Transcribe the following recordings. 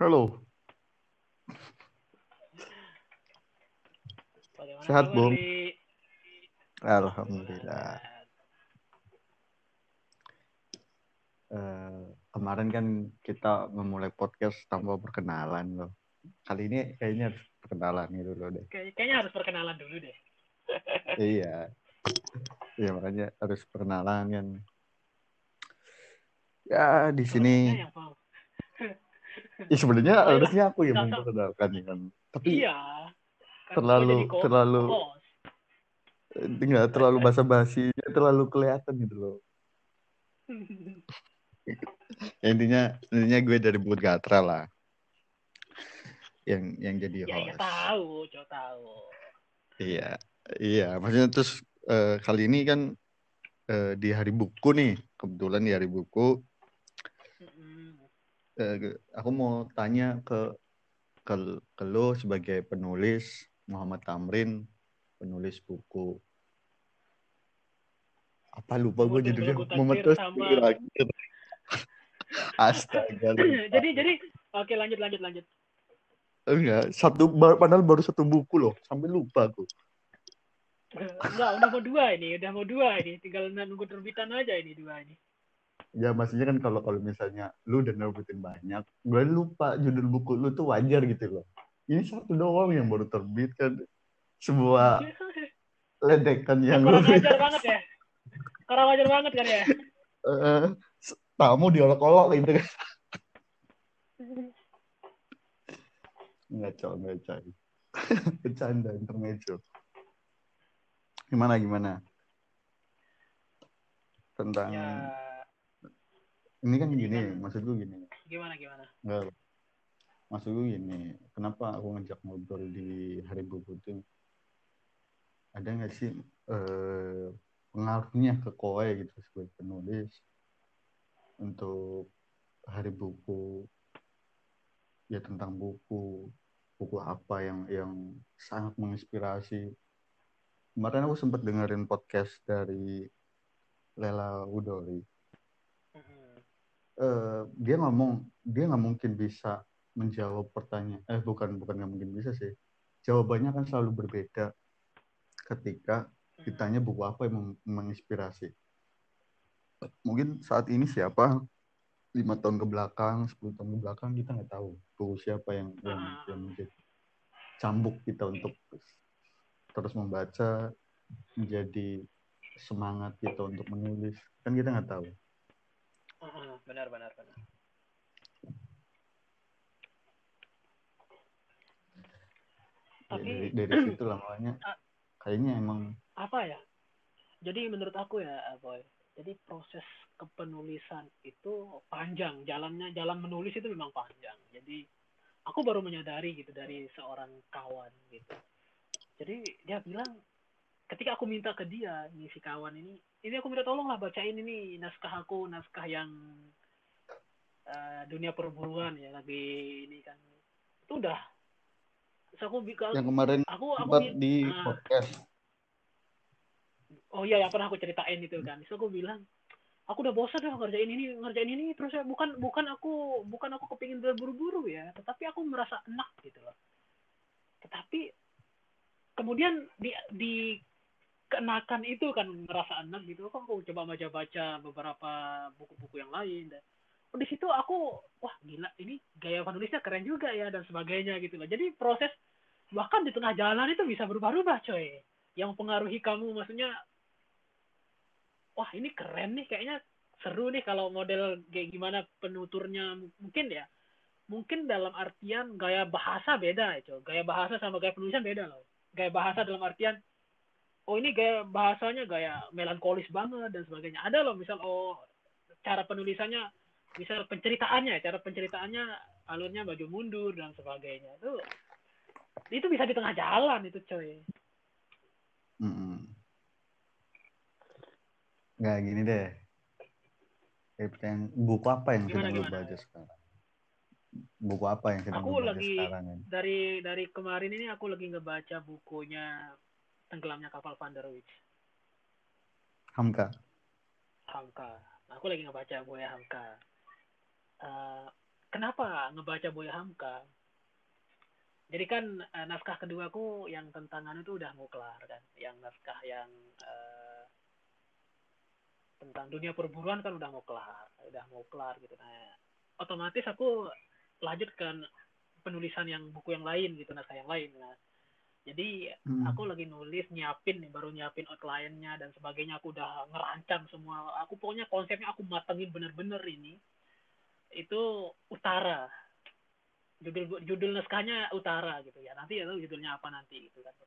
Halo, Bagaimana sehat kabar, Bung? Li? Alhamdulillah. Sehat. Kemarin kan kita memulai podcast tanpa perkenalan loh. Kali ini kayaknya harus perkenalan gitu loh deh. Kayaknya harus perkenalan dulu deh. Iya, iya makanya harus perkenalan kan. Ya di sini, Soalnya yang mau. ya sebenarnya Mulailah. harusnya aku yang Sama-sama. memperkenalkan ya kan. Tapi Iya, kan kau terlalu jadi terlalu host. enggak terlalu basa-basi, terlalu kelihatan gitu loh. Ya, intinya gue dari Bud Gatra lah yang jadi Ya host. tahu, coba tahu. Iya, iya. Maksudnya terus kali ini kan di hari buku nih, kebetulan di hari buku, Mm-mm. aku mau tanya ke, ke lo sebagai penulis Muhammad Tamrin, penulis buku. Apa lupa gue Waduh, judulnya belagu Muhammad takbir Tamrin sama. lagi. Astaga lupa. jadi, oke, lanjut. Enggak, padahal baru satu buku loh, sampai lupa aku. Enggak, udah mau dua ini. Tinggal nunggu terbitan aja ini dua ini. Ya maksudnya kan kalau misalnya lu udah nerbitin banyak, gue lupa judul buku lu tuh wajar gitu loh. Ini satu doang yang baru terbit kan, sebuah ledekan Kan yang kurang luar ajar biasa. banget ya. Kurang ajar banget kan ya. Eh, tamu diolok-olok gitu kan. Nggak coy. Bercanda intermezzo. Gimana? Tentang Ya, ini kan jadi gini, kan maksudku gini. gimana? Nggak, maksudku gini. Kenapa aku ngajak ngobrol di hari buku tuh? Ada nggak sih eh, pengaruhnya ke koe gitu sebagai penulis untuk hari buku ya tentang buku apa yang sangat menginspirasi. Kemarin aku sempat dengerin podcast dari Lela Udori. Mm-mm. Dia nggak mungkin bisa menjawab pertanyaan. Bukan nggak mungkin bisa sih. Jawabannya kan selalu berbeda ketika ditanya buku apa yang menginspirasi. Mungkin saat ini siapa 5 tahun ke belakang, 10 tahun ke belakang kita nggak tahu buku siapa yang menjadi cambuk kita untuk terus membaca, menjadi semangat kita untuk menulis. Kan kita nggak tahu. Benar. Ya Tapi dari situ lah makanya kayaknya emang apa ya? Jadi menurut aku ya, Boy. Jadi proses kepenulisan itu panjang, jalan menulis itu memang panjang. Jadi aku baru menyadari gitu dari seorang kawan gitu. Jadi dia bilang ketika aku minta ke dia, ini si kawan ini aku minta tolong lah bacain ini naskah yang dunia perburuan ya lagi ini kan. Itu udah. Terus aku yang kemarin aku sempat di ah, podcast. oh iya yang pernah aku ceritain itu kan. Terus aku bilang aku udah bosan ya ngerjain ini terus ya bukan aku kepingin berburu-buru ya tetapi aku merasa enak gitu loh tetapi kemudian di keenakan itu kan merasa enak gitu kok aku coba baca-baca beberapa buku-buku yang lain dan di situ aku wah gila ini gaya penulisnya keren juga ya dan sebagainya gitu loh jadi proses bahkan di tengah jalan itu bisa berubah-ubah coy yang mempengaruhi kamu maksudnya wah ini keren nih kayaknya seru nih kalau model kayak gimana penuturnya mungkin ya mungkin dalam artian gaya bahasa beda ya coy gaya bahasa sama gaya penulisan beda loh gaya bahasa dalam artian oh ini gaya bahasanya gaya melankolis banget dan sebagainya ada loh misal oh cara penulisannya misal cara penceritaannya alurnya maju mundur dan sebagainya itu bisa di tengah jalan itu coy. Mm-mm. Nggak gini deh. Buku apa yang gimana sedang lu gimana baca sekarang? Buku apa yang sedang lu aku baca lagi sekarang kan? dari kemarin ini aku lagi ngebaca bukunya Tenggelamnya Kapal Van der Wijk. Hamka. Hamka. Aku lagi ngebaca buku Hamka. Uh, kenapa ngebaca Buya Hamka? Jadi kan naskah keduaku yang tentang anu itu udah mau kelar kan, yang naskah yang tentang dunia perburuan kan udah mau kelar gitu. Nah, otomatis aku lanjutkan penulisan yang buku yang lain gitu, naskah yang lain. Nah, jadi aku lagi nulis, baru nyiapin outline-nya dan sebagainya. Aku udah ngerancang semua. Aku pokoknya konsepnya aku matengin bener-bener ini. Itu Utara. Judul naskahnya Utara gitu ya. Nanti ya tahu judulnya apa nanti gitu kan.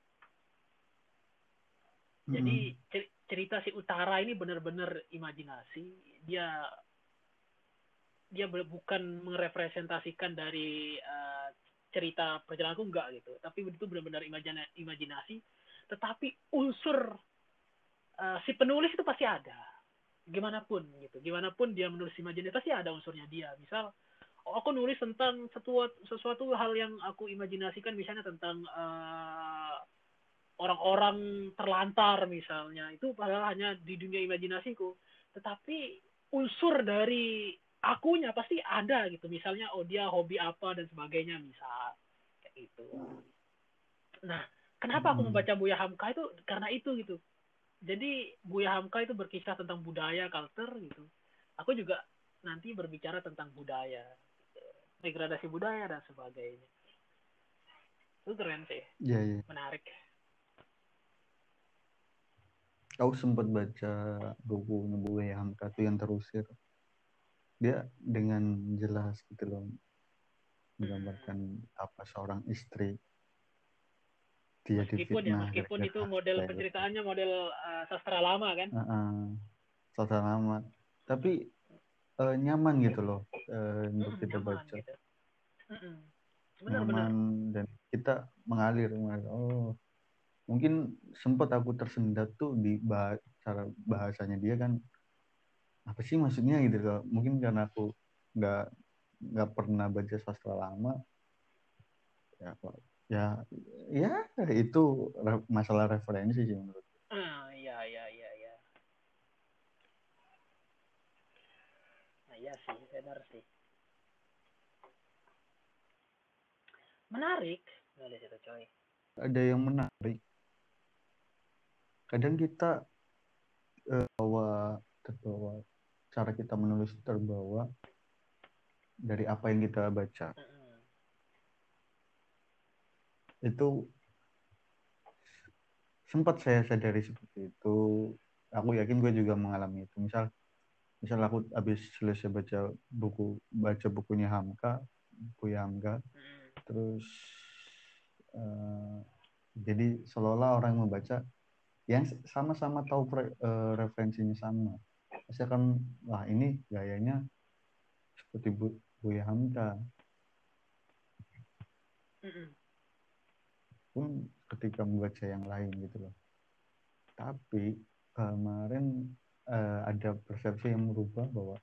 Jadi cerita si Utara ini benar-benar imajinasi. Dia bukan merepresentasikan dari cerita perjalananku, enggak gitu, tapi itu benar-benar imajinasi. Tetapi unsur si penulis itu pasti ada, gimana pun dia menulis imajinasi pasti ada unsurnya dia. Misal aku nulis tentang sesuatu hal yang aku imajinasikan, misalnya tentang orang-orang terlantar misalnya, itu padahal hanya di dunia imajinasiku, tetapi unsur dari akunya pasti ada gitu. Misalnya dia hobi apa dan sebagainya, misal kayak gitu. Nah, kenapa aku membaca Buya Hamka itu karena itu gitu. Jadi Buya Hamka itu berkisah tentang budaya, culture gitu. Aku juga nanti berbicara tentang budaya, degradasi budaya dan sebagainya. Itu keren sih. Iya. Menarik. Aku sempat baca buku Buya Hamka tuh yang Terusir. Dia dengan jelas gitu loh menggambarkan apa seorang istri dia difitnah Meskipun itu gara-gara model kayak gitu. penceritaannya model sastra lama kan. Sastra lama, tapi nyaman gitu loh untuk kita Nyaman baca. gitu. Benar-benar. Nyaman dan kita mengalir. Oh, mungkin sempat aku tersendat tuh di cara bahasanya dia kan, apa sih maksudnya gitu loh. Mungkin karena aku nggak nggak pernah baca sastra lama, ya ya ya itu masalah referensi sih menurut. Iya, iya, iya, iya. Nah, iya sih, benar sih. Menarik nulis itu, coy. Ada yang menarik. Kadang kita terbawa, cara kita menulis terbawa dari apa yang kita baca. Itu sempat saya sadari seperti itu. Aku yakin gue juga mengalami itu. Misal aku habis selesai baca bukunya Buya Hamka, terus jadi seolah-olah orang yang membaca yang sama-sama tahu referensinya sama, pasti akan, wah ini gayanya seperti Buya Hamka. Pun ketika membaca yang lain gitu loh. Tapi kemarin ada persepsi yang merubah bahwa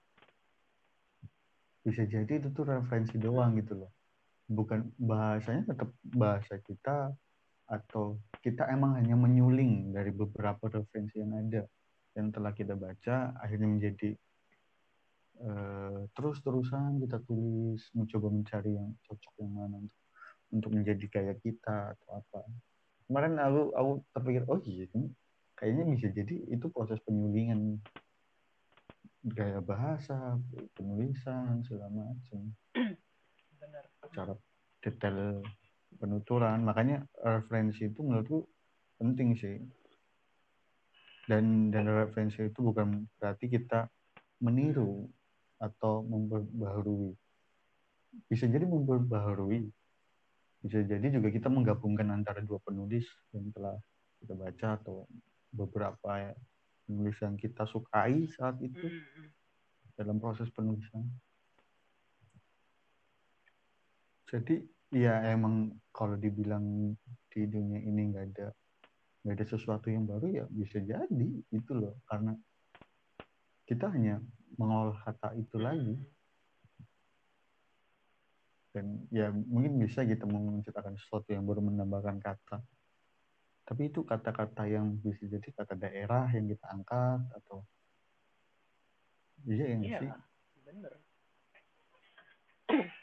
bisa jadi itu tuh referensi doang gitu loh. Bukan bahasanya tetap bahasa kita, atau kita emang hanya menyuling dari beberapa referensi yang ada yang telah kita baca, akhirnya menjadi terus-terusan kita tulis, mencoba mencari yang cocok yang mana untuk menjadi kayak kita atau apa. Kemarin aku terpikir, oh iya kayaknya bisa jadi itu proses penyulingan gaya bahasa, penulisan segala macam. Benar. Cara detail penuturan, makanya referensi itu menurutku penting sih. Dan referensi itu bukan berarti kita meniru atau memperbaharui. Bisa jadi memperbaharui, bisa jadi juga kita menggabungkan antara dua penulis yang telah kita baca atau beberapa penulis yang kita sukai saat itu dalam proses penulisan. Jadi ya emang kalau dibilang di dunia ini nggak ada sesuatu yang baru, ya bisa jadi itu loh, karena kita hanya mengolah kata itu lagi. Dan ya mungkin bisa kita menciptakan sesuatu yang baru, menambahkan kata, tapi itu kata-kata yang bisa jadi kata daerah yang kita angkat, atau iya yang Iya, sih bener.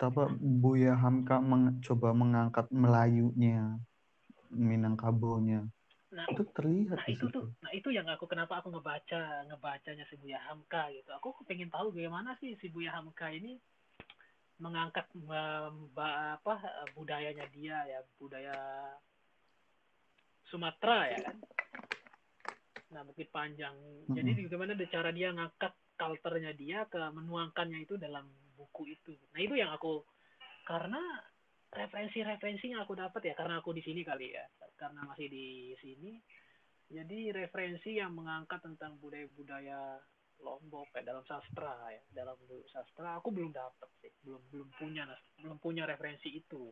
apa Buya Hamka coba mengangkat Melayunya, Minangkabonya. Nah, Itu terlihat di situ. itu yang kenapa aku ngebacanya si Buya Hamka gitu. Aku pengen tahu bagaimana sih si Buya Hamka ini mengangkat budayanya dia ya, budaya Sumatera ya kan. Nah, Bukit Panjang. Jadi bagaimana cara dia ngangkat culture-nya dia ke menuangkannya itu dalam buku itu. Nah, itu yang aku, karena referensi-referensi yang aku dapat ya, karena aku di sini kali ya, karena masih di sini. Jadi referensi yang mengangkat tentang budaya-budaya Lombok kayak dalam sastra ya, dalam sastra aku belum dapat sih, belum punya referensi itu.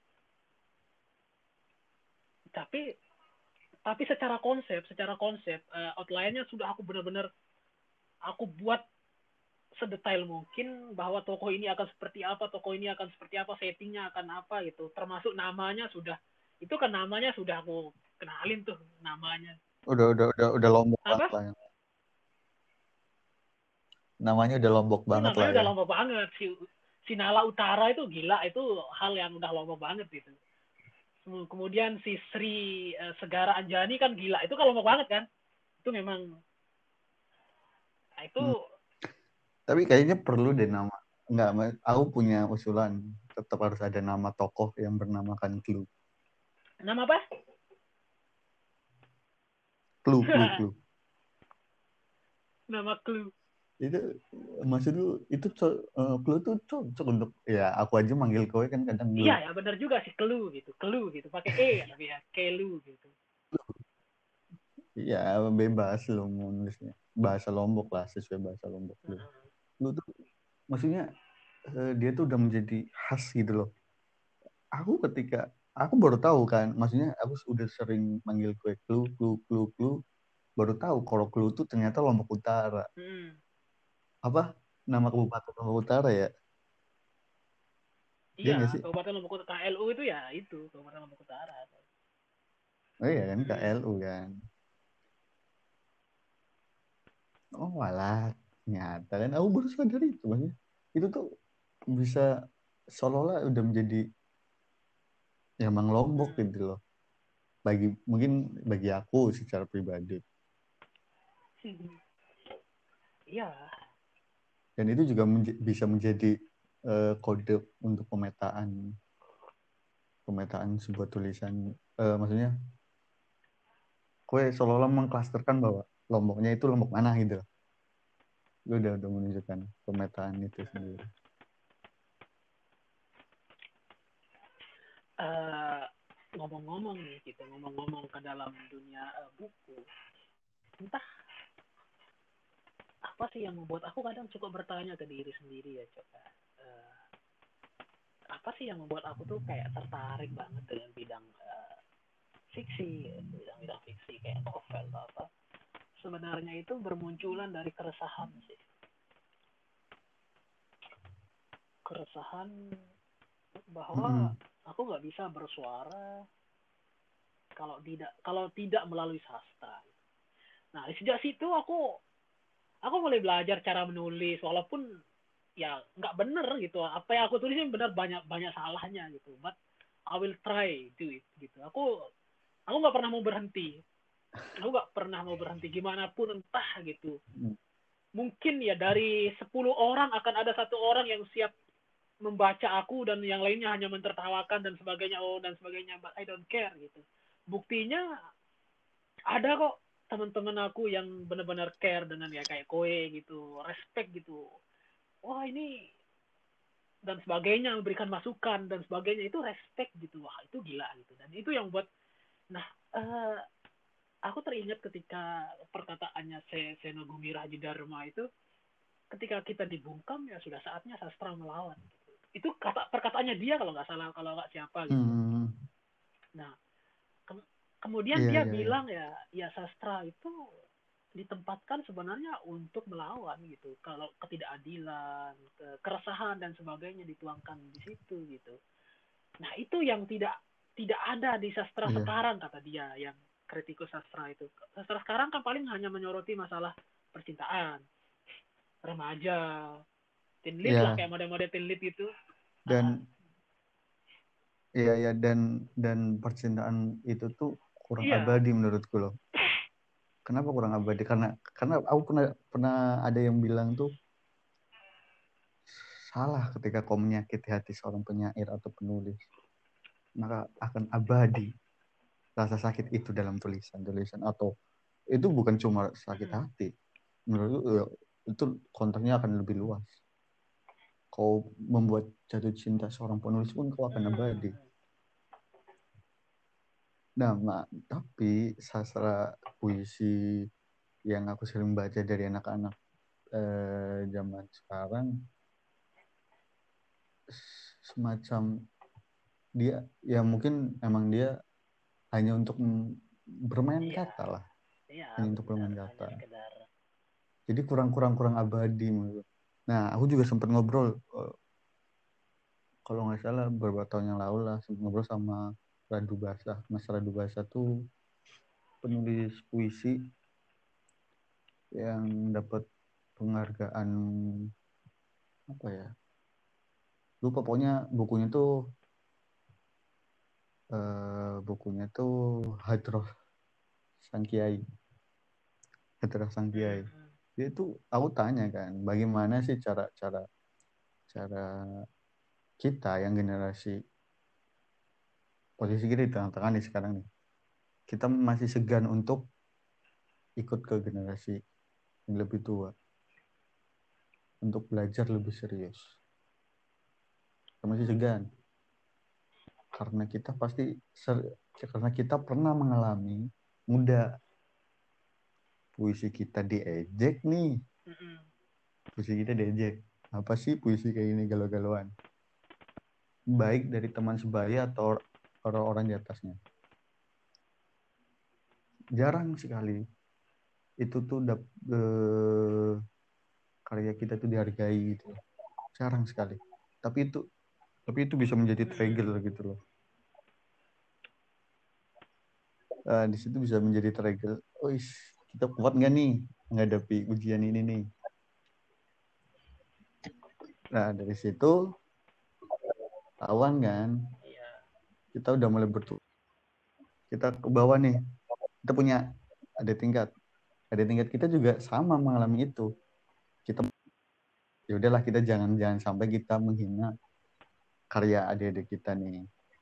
Tapi secara konsep outline-nya sudah aku benar-benar aku buat sedetail mungkin bahwa tokoh ini akan seperti apa, settingnya akan apa gitu. Termasuk namanya sudah, itu kan namanya sudah aku kenalin tuh namanya. Udah Lombok banget Apa? lah. Namanya udah Lombok banget Namanya lah udah ya. Lombok banget. Si Nala Utara itu gila, itu hal yang udah Lombok banget gitu. Kemudian si Sri Segara Anjani kan gila, itu kan Lombok banget kan. Itu memang, nah itu Tapi kayaknya perlu deh nama. Enggak, aku punya usulan. Tetap harus ada nama tokoh yang bernamakan Clue. nama apa? Clue. Nama Clue. Itu maksud lu itu Clue tuh cocok untuk ya aku aja manggil kowe kan kadang Iya Clue. ya, benar juga sih, Clue gitu pakai e ya, tapi ya Kelu gitu. Iya, bebas lu mau nulisnya. Bahasa Lombok lah, sesuai bahasa Lombok lu. Lu tuh maksudnya dia tuh udah menjadi khas gitu loh. Aku baru tahu kan, maksudnya aku udah sering manggil kue Clue, baru tahu kalau Clue tuh ternyata Lombok Utara. Apa? Nama Kabupaten Lombok Utara ya? Iya Iya, nggak sih? Kabupaten Lombok Utara, KLU itu ya itu Kabupaten Lombok Utara. Oh iya kan, KLU kan. Oh walah, nyata kan. Aku baru sadar itu, maksudnya. Itu tuh bisa seolah-olah udah menjadi ya emang Lombok gitu loh. Mungkin bagi aku secara pribadi. Iya. Dan itu juga bisa menjadi kode untuk pemetaan sebuah tulisan. Maksudnya, kue seolah-olah mengklasterkan bahwa Lomboknya itu Lombok mana gitu. Lu udah menunjukkan pemetaan itu sendiri. Ngomong-ngomong nih gitu, ngomong-ngomong ke dalam dunia buku, entah apa sih yang membuat aku kadang cukup bertanya ke diri sendiri ya, coba apa sih yang membuat aku tuh kayak tertarik banget dengan bidang fiksi, bidang fiksi kayak novel atau apa. Sebenarnya itu bermunculan dari keresahan sih, keresahan bahwa aku nggak bisa bersuara kalau tidak melalui sastra. Nah, sejak situ aku mulai belajar cara menulis, walaupun ya nggak bener gitu, apa yang aku tulisnya benar, banyak salahnya gitu, but I will try do it gitu. Aku nggak pernah mau berhenti gimana pun, entah gitu. Mungkin ya dari 10 orang akan ada satu orang yang siap membaca aku dan yang lainnya hanya mentertawakan dan sebagainya, but I don't care gitu. Buktinya ada kok teman-teman aku yang benar-benar care dengan ya kayak kowe gitu, respect gitu. Wah, ini dan sebagainya, memberikan masukan dan sebagainya, itu respect gitu. Wah, itu gila gitu. Dan itu yang buat, nah aku teringat ketika perkataannya Senogumi Raji Dharma itu, ketika kita dibungkam ya sudah saatnya sastra melawan gitu. Itu perkataannya dia kalau nggak salah, kalau nggak siapa gitu. Nah, kemudian dia bilang ya sastra itu ditempatkan sebenarnya untuk melawan gitu. Kalau ketidakadilan, keresahan dan sebagainya dituangkan di situ gitu. Nah, itu yang tidak ada di sastra sekarang, kata dia, yang kritikus sastra itu. Sastra sekarang kan paling hanya menyoroti masalah percintaan, remaja, teen lead lah, kayak model-model teen lead itu. Dan ya dan percintaan itu tuh kurang Iya. abadi menurutku loh. Kenapa kurang abadi? Karena aku pernah ada yang bilang tuh salah ketika kau menyakiti hati seorang penyair atau penulis, maka akan abadi rasa sakit itu dalam tulisan atau itu bukan cuma sakit hati. Menurutku itu konteksnya akan lebih luas. Kau membuat jatuh cinta seorang penulis pun kau akan abadi. Nah, tapi sastra puisi yang aku sering baca dari anak-anak zaman sekarang semacam dia ya mungkin emang dia hanya untuk bermain kata lah, hanya untuk bermain kata. Jadi kurang abadi menurut. Nah, aku juga sempat ngobrol kalau nggak salah beberapa tahun yang lalu lah sempat ngobrol sama Radu Basa. Mas Radu Basa tuh penulis puisi yang dapat penghargaan apa ya? Lupa pokoknya bukunya tuh Hadroh Sang Kiai. Hadroh Sang Kiai. Dia tuh aku tanya kan, bagaimana sih cara kita yang generasi posisi kita di tengah-tengah nih sekarang nih. Kita masih segan untuk ikut ke generasi yang lebih tua. Untuk belajar lebih serius. Kita masih segan. Karena kita pernah mengalami muda. Puisi kita diejek nih. Puisi kita diejek. Apa sih puisi kayak ini galau-galauan? Baik dari teman sebaya atau orang-orang di atasnya. Jarang sekali itu tuh karya kita tuh dihargai gitu. Jarang sekali. Tapi itu bisa menjadi trigger gitu loh. Di situ bisa menjadi trigger. Oh, kita kuat nggak nih menghadapi ujian ini nih? Nah, dari situ tawan kan, kita udah mulai kita ke bawah nih. Kita punya ada tingkat kita juga sama mengalami itu. Kita ya udahlah kita jangan sampai kita menghina karya adik-adik kita nih.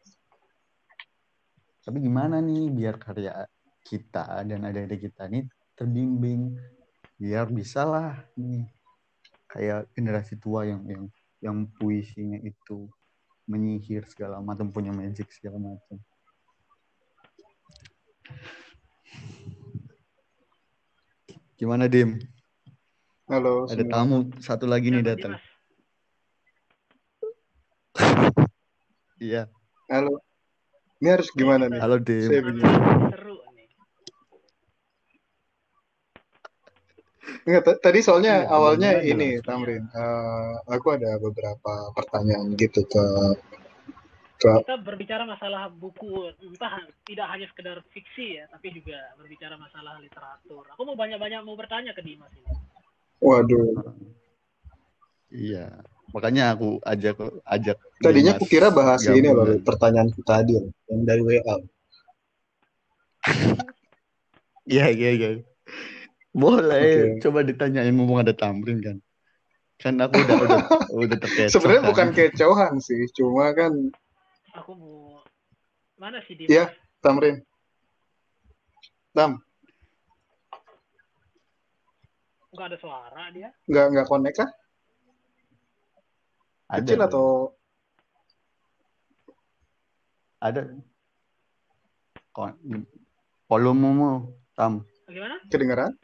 Tapi gimana nih biar karya kita dan adik-adik kita nih terbimbing biar bisa lah nih kayak generasi tua yang puisinya itu menyihir segala macam, punya magic segala macam. Gimana Dim? Halo. Ada tamu satu lagi nih datang. Iya. Halo. Ini harus gimana nih? Halo Dim. Saya bingung. Seru nih. Enggak, tadi soalnya awalnya ini Tamrin. Aku ada beberapa pertanyaan gitu ke kita berbicara masalah buku, entah tidak hanya sekedar fiksi ya, tapi juga berbicara masalah literatur. Aku mau banyak-banyak mau bertanya ke Dimas ini. Waduh. Iya, makanya aku ajak. Tadinya aku kira bahas ini loh, pertanyaan kita tadi yang dari WA. Iya. Boleh, coba ditanyain mumpung ada Tamrin kan. Kan aku udah terkecoh. Sebenarnya bukan kecohan sih, cuma kan aku mau mana sih Dimas? Iya, Tamrin. Tam. Enggak ada suara dia. Enggak connect kah? Kecil ada. atau ada volumemu Tam. Bagaimana? Kedengeran?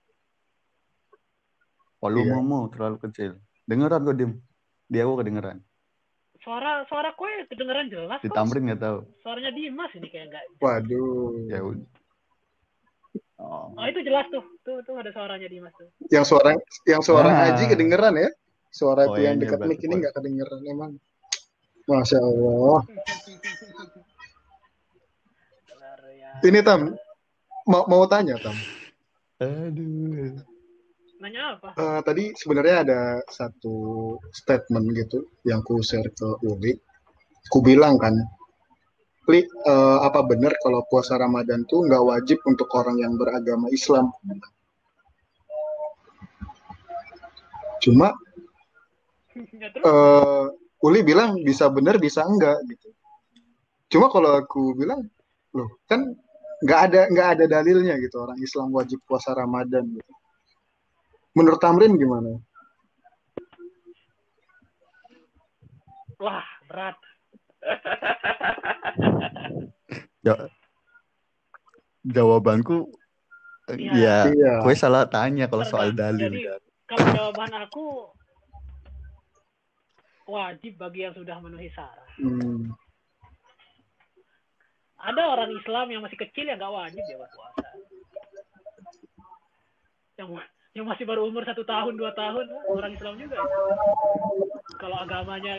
Volumemu terlalu kecil. Dengeran kok Dim. Dia aku kedengeran. Suara kue kedengeran jelas kok. Di Tamrin nggak tahu. Suaranya Dimas ini kayak enggak. Waduh. Ya udah. Oh, itu jelas tuh. Tuh ada suaranya Dimas tuh. Yang suara Aji kedengeran ya? Suara aku yang dekat mic ini nggak kedengeran emang. Masya Allah. Ini Tam, mau tanya Tam. Aduh. Nanya apa? Tadi sebenarnya ada satu statement gitu yang ku share ke Uli. Ku bilang kan, Li, apa benar kalau puasa Ramadan tuh nggak wajib untuk orang yang beragama Islam? Cuma Ya terus? Uli bilang bisa benar bisa enggak gitu. Cuma kalau aku bilang, loh kan nggak ada dalilnya gitu orang Islam wajib puasa Ramadan gitu. Menurut Tamrin gimana? Wah, berat. Ja- Jawabanku Iya. ya, Iya. gue salah tanya kalau soal dalil Jadi kan. kalau jawaban aku wajib bagi yang sudah memenuhi syarat. Hmm. Ada orang Islam yang masih kecil yang nggak wajib ya berpuasa. Yang masih baru umur 1 tahun 2 tahun orang Islam juga itu. Kalau agamanya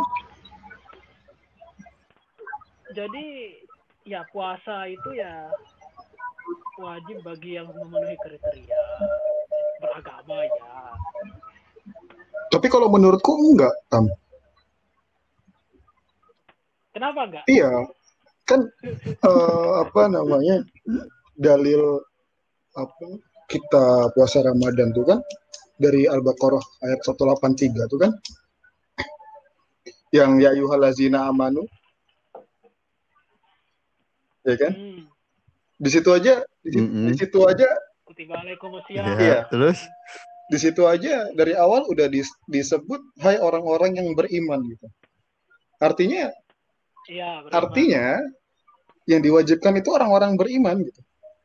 jadi ya puasa itu ya wajib bagi yang memenuhi kriteria beragama ya. Tapi kalau menurutku enggak, Tam. Kenapa enggak? Iya, kan apa namanya dalil apa kita puasa Ramadan tuh kan dari Al-Baqarah ayat 183 tuh kan yang ya ayyuhallazina amanu ya kan di situ aja di situ aja kutiba alaikumusiyam. Iya. Terus di situ aja dari awal udah disebut hai orang-orang yang beriman gitu. Artinya Iya, beriman. artinya yang diwajibkan itu orang-orang beriman gitu.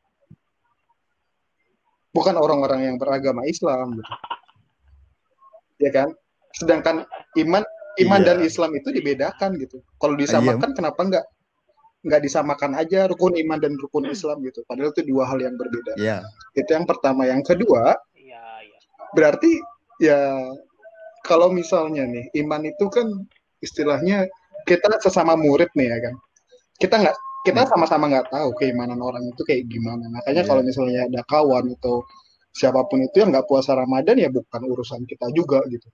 Bukan orang-orang yang beragama Islam gitu. Ya kan? Sedangkan iman Iya. dan Islam itu dibedakan gitu. Kalau disamakan kenapa nggak disamakan aja rukun iman dan rukun Islam gitu. Padahal itu dua hal yang berbeda. Iya. Itu yang pertama. Yang kedua, Iya. berarti ya kalau misalnya nih iman itu kan istilahnya kita sesama murid nih ya kan. Kita sama-sama nggak tahu keimanan orang itu kayak gimana. Makanya kalau misalnya ada kawan atau siapapun itu yang nggak puasa Ramadan ya bukan urusan kita juga gitu.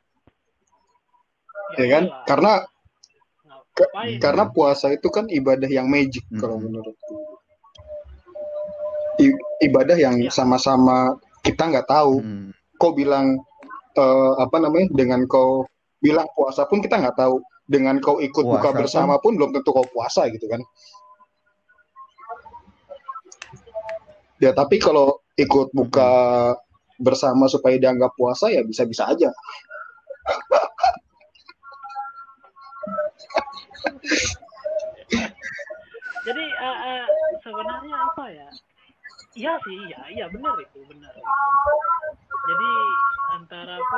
Ya kan? Karena puasa itu kan ibadah yang magic kalau menurutku. Ibadah yang sama-sama kita nggak tahu. Kau bilang apa namanya? Dengan kau bilang puasa pun kita nggak tahu. Dengan kau ikut puasa buka bersama pun belum tentu kau puasa gitu kan. Ya tapi kalau ikut buka bersama supaya dianggap puasa ya bisa-bisa aja. Jadi sebenarnya apa ya? Iya sih, iya benar itu, benar. Jadi antara apa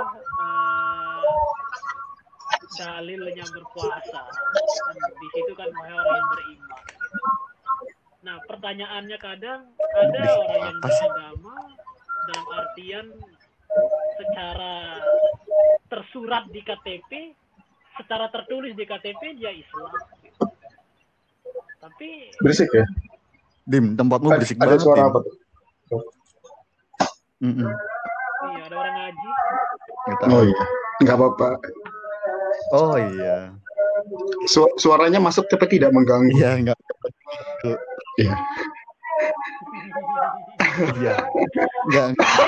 dalilnya berpuasa dan di situ kan wahai orang yang beriman. Gitu. Nah pertanyaannya kadang ada orang yang beragama dalam artian secara tersurat di KTP, secara tertulis di KTP dia Islam. Gitu. Tapi berisik ya. Dim, tempatmu berisik banget. Ada suara apa tuh? Iya, ada orang ngaji. Oh iya, nggak apa-apa. Oh iya. Suaranya masuk tapi tidak mengganggu. Iya, nggak. Iya. Iya. Nggak.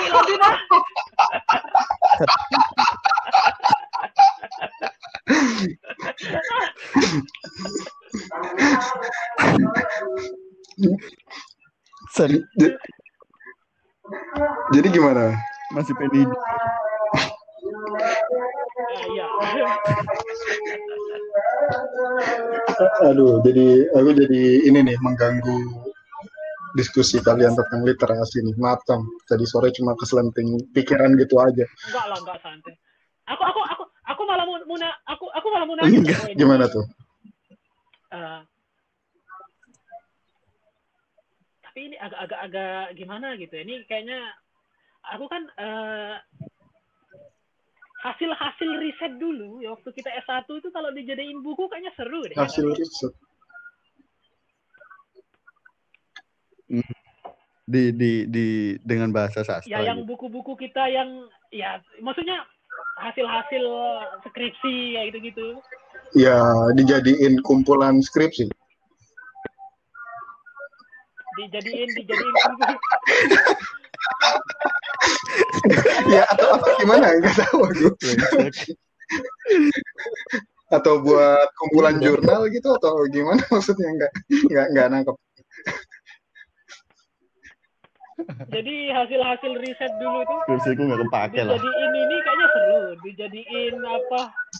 Jadi gimana? Masih pengen iya. Aduh, aku jadi ini nih mengganggu diskusi kalian tentang literasi nih. Maaf Tam, tadi sore cuma keselenting pikiran gitu aja. Enggak lah, enggak santai. Aku malah mau nanya. Gimana tuh? Tapi ini agak gimana gitu. Ini kayaknya aku kan hasil riset dulu ya waktu kita S1 itu kalau dijadiin buku kayaknya seru deh. Hasil riset. dengan bahasa sastra. Ya yang gitu. buku-buku kita yang ya maksudnya hasil-hasil skripsi kayak gitu-gitu. Ya, dijadiin kumpulan skripsi. Dijadiin Ya, atau apa gimana? Nggak tahu aku. Atau buat kumpulan jurnal gitu atau gimana maksudnya? Nggak nangkep. Jadi hasil-hasil riset dulu itu Skripsiku nggak kepake lah. dijadiin ini kayaknya seru, dijadiin apa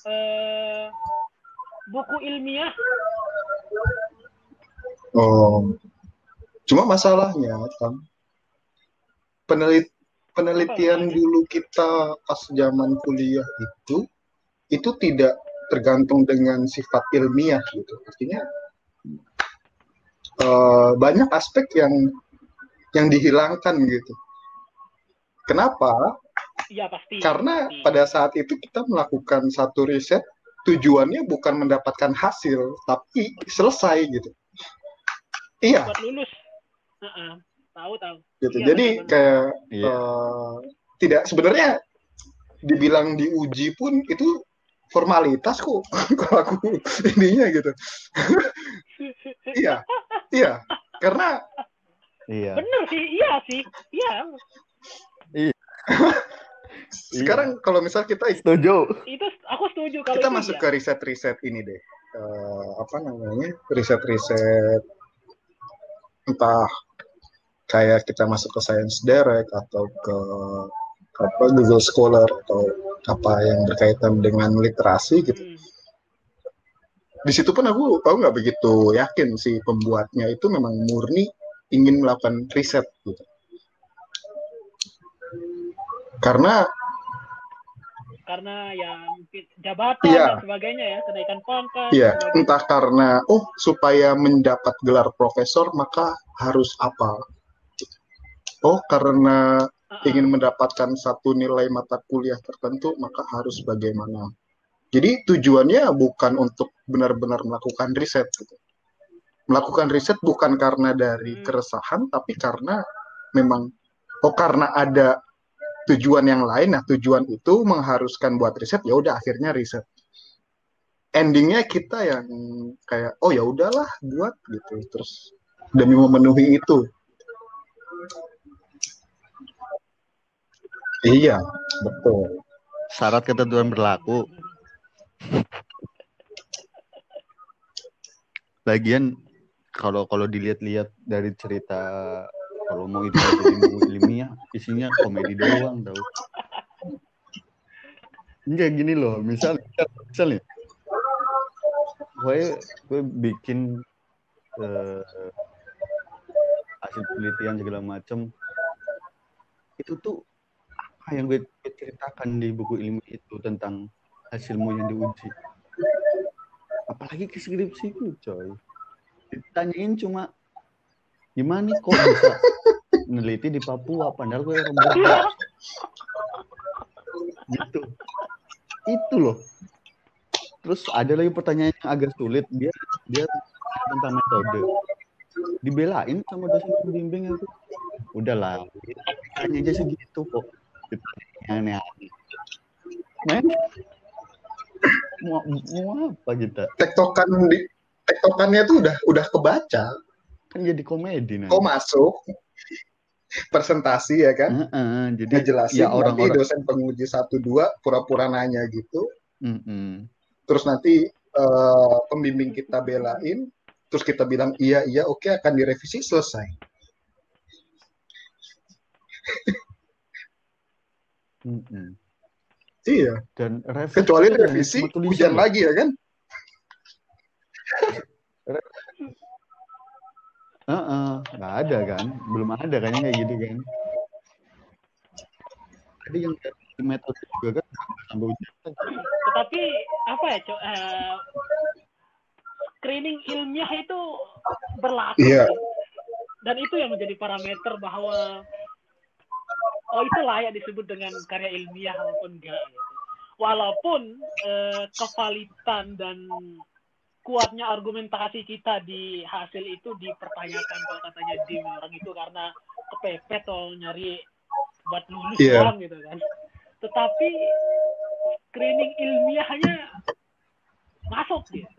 buku ilmiah. Oh, cuma masalahnya kan penelitian dulu kita pas zaman kuliah itu tidak tergantung dengan sifat ilmiah gitu. Artinya banyak aspek yang dihilangkan gitu. Kenapa? Ya pasti. Karena pada saat itu kita melakukan satu riset, tujuannya bukan mendapatkan hasil, tapi selesai gitu. Iya. Buat lulus. Tahu. Gitu. Iya, jadi benar. kayak tidak sebenarnya dibilang diuji pun itu formalitas kok kalau aku ininya gitu. Iya. Karena bener sih, iya. Sekarang kalau misal kita setuju. Itu aku setuju kalau kita itu masuk ke riset-riset ini deh. Riset-riset entah kayak kita masuk ke Science Direct atau ke Google Scholar atau apa yang berkaitan dengan literasi gitu. Di situ pun aku nggak begitu yakin si pembuatnya itu memang murni ingin melakukan riset gitu. Karena ya mungkin jabatan dan sebagainya ya, kenaikan pangkat. Iya, entah karena supaya mendapat gelar profesor maka harus apa. Karena ingin mendapatkan satu nilai mata kuliah tertentu maka harus bagaimana. Jadi tujuannya bukan untuk benar-benar melakukan riset gitu. Melakukan riset bukan karena dari keresahan tapi karena memang karena ada tujuan yang lain. Nah, tujuan itu mengharuskan buat riset, ya udah akhirnya riset. Endingnya kita yang kayak ya udahlah buat gitu terus demi memenuhi itu. Iya, betul. Syarat ketentuan berlaku. Lagian kalau dilihat-lihat dari cerita, kalau mau itu jadi buku ilmiah, isinya komedi doang tau. Enggak gini loh, misalnya gue bikin hasil penelitian segala macam, itu tuh apa yang gue ceritakan di buku ilmiah itu tentang hasilmu yang diuji. Apalagi ke skripsiku coy, ditanyain cuma gimana nih kok bisa meneliti di Papua padahal gue orang Bogor gitu. Itu loh. Terus ada lagi pertanyaan yang agak sulit, dia tentang metode, dibelain sama dosen pembimbing itu. Udahlah, tanya aja segitu kok, aneh-aneh. Men, mau apa kita? Tektokannya tuh udah kebaca. Kan jadi komedi nanti. Kok masuk presentasi ya kan? Jadi ngejelasin ya, nanti dosen penguji 1-2 pura-pura nanya gitu. Terus nanti pembimbing kita belain, terus kita bilang iya oke akan direvisi, selesai. Iya. Dan kecuali revisi hujan lagi ya kan? Nggak ada kan, belum ada kan kayak gitu kan. Ada yang metode juga kan sampai ujian. Tetapi apa ya screening ilmiah itu berlaku. Iya. Dan itu yang menjadi parameter bahwa itu layak disebut dengan karya ilmiah maupun enggak gitu. Walaupun kevalitan dan kuatnya argumentasi kita di hasil itu dipertanyakan kalau katanya Dim orang itu karena kepepet atau nyari buat lulus doang gitu kan. Tetapi screening ilmiahnya masuk gitu.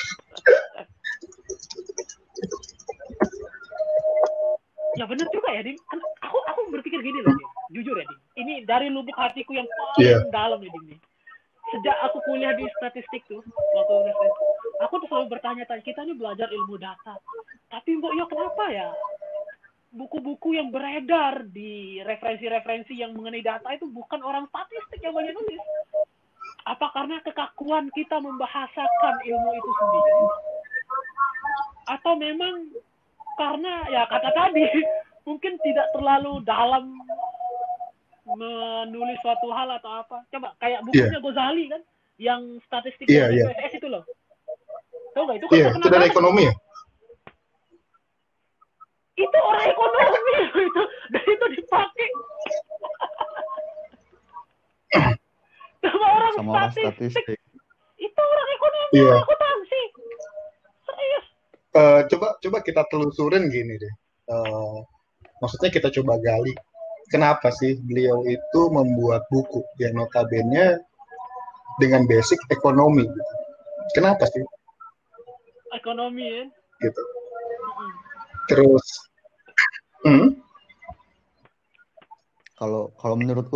Ya benar juga ya, Dim. Kan aku berpikir gini loh, Dim. Jujur ya, Dim. Ini dari lubuk hatiku yang paling dalam ya, Dim. Sejak aku kuliah di statistik tuh, waktu aku tuh selalu bertanya-tanya, kita ini belajar ilmu data. Tapi Mbok, ya kenapa ya buku-buku yang beredar di referensi-referensi yang mengenai data itu bukan orang statistik yang banyak nulis? Apa karena kekakuan kita membahasakan ilmu itu sendiri? Atau memang karena ya kata tadi mungkin tidak terlalu dalam menulis suatu hal atau apa? Coba kayak bukunya Ghazali kan, yang statistik dari PSS itu loh. Tahu nggak itu kan terkenal itu dari ekonomi ya? Itu orang ekonomi itu, dan itu dipakai sama orang statistik. Itu orang ekonomi, orang akuntansi. Serius. Coba kita telusurin gini deh. Maksudnya kita coba gali. Kenapa sih beliau itu membuat buku yang notabene dengan basic ekonomi? Kenapa sih? Ekonomi ya. Gitu. Terus, kalau menurutku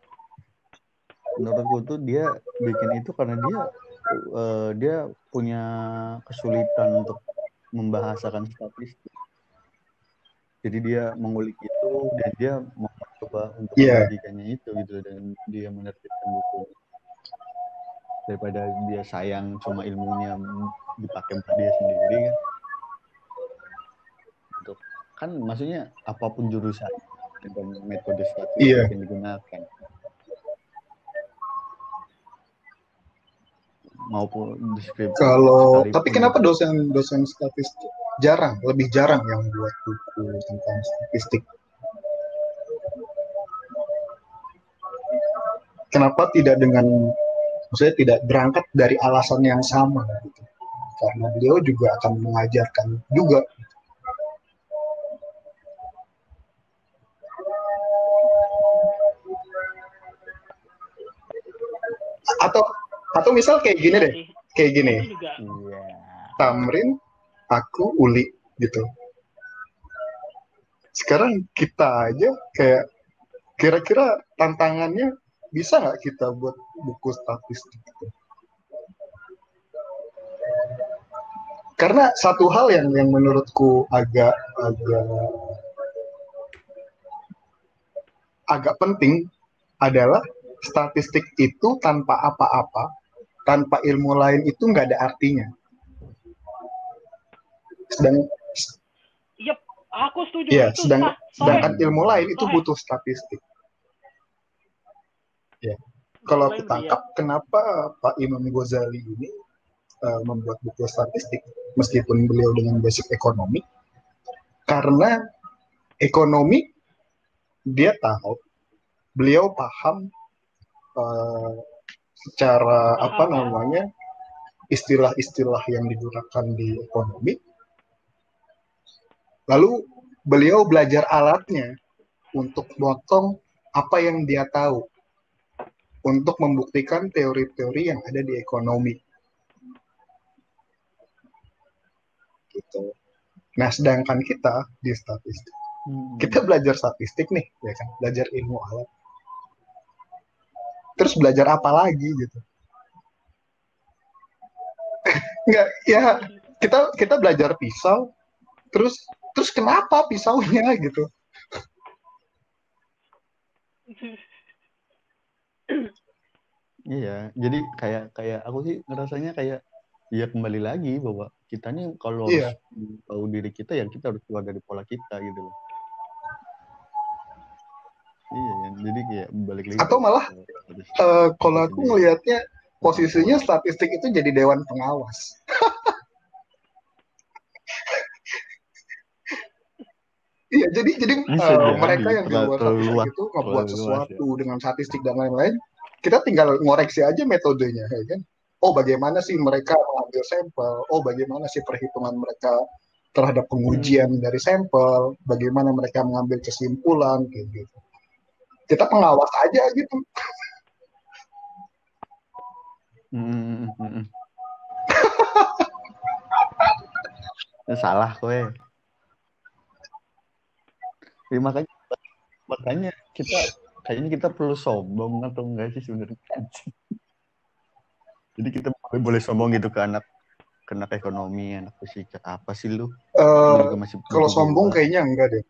tuh dia bikin itu karena dia punya kesulitan untuk membahasakan statistik. Jadi dia mengulik itu dan dia mau coba untuk membagikannya itu gitu, dan dia menerbitkan buku daripada dia sayang cuma ilmunya dipakai buat dia sendiri kan. Gitu. Kan maksudnya apapun jurusan dan metode statistik yang digunakan maupun deskripsi. Tapi kenapa dosen statistik lebih jarang yang buat buku tentang statistik? Kenapa maksudnya tidak berangkat dari alasan yang sama gitu? Karena beliau juga akan mengajarkan juga. Atau misal kayak gini deh, Tamrin, aku Uli gitu. Sekarang kita aja kayak kira-kira tantangannya bisa nggak kita buat buku statistik gitu? Karena satu hal yang menurutku agak penting adalah statistik itu tanpa apa-apa, tanpa ilmu lain itu nggak ada artinya. Aku setuju. Ya, sedangkan ilmu lain itu butuh statistik. Ya, kalau aku tangkap, kenapa Pak Imam Ghazali ini membuat buku statistik, meskipun beliau dengan basic ekonomi, karena ekonomi dia tahu, beliau paham secara istilah-istilah yang digunakan di ekonomi. Lalu beliau belajar alatnya untuk motong apa yang dia tahu, untuk membuktikan teori-teori yang ada di ekonomi. Gitu. Nah, sedangkan kita di statistik, kita belajar statistik nih, ya kan, belajar ilmu alat. Terus belajar apa lagi gitu? Enggak, ya kita belajar pisau, terus kenapa pisaunya gitu? Iya, jadi kayak aku sih ngerasanya kayak ya kembali lagi bahwa kita nih kalau tahu diri kita, ya kita harus keluar dari pola kita gitu loh. Iya, jadi kayak balik lagi. Atau malah kalau aku ngelihatnya posisinya statistik itu jadi dewan pengawas. Iya, jadi mereka yang di luar statistik itu membuat sesuatu dengan statistik dan lain-lain, kita tinggal ngoreksi aja metodenya, ya kan? oh bagaimana sih mereka mengambil sampel, oh bagaimana sih perhitungan mereka terhadap pengujian dari sampel, bagaimana mereka mengambil kesimpulan kayak gitu. Kita pengawas aja gitu. Salah kowe. Ya, makanya kita perlu sombong atau enggak sih sebenarnya. Jadi kita boleh sombong gitu ke anak ekonomi, anak fisika. Apa sih lu? Lu juga masih Kalau butuh sombong gua. kayaknya enggak deh.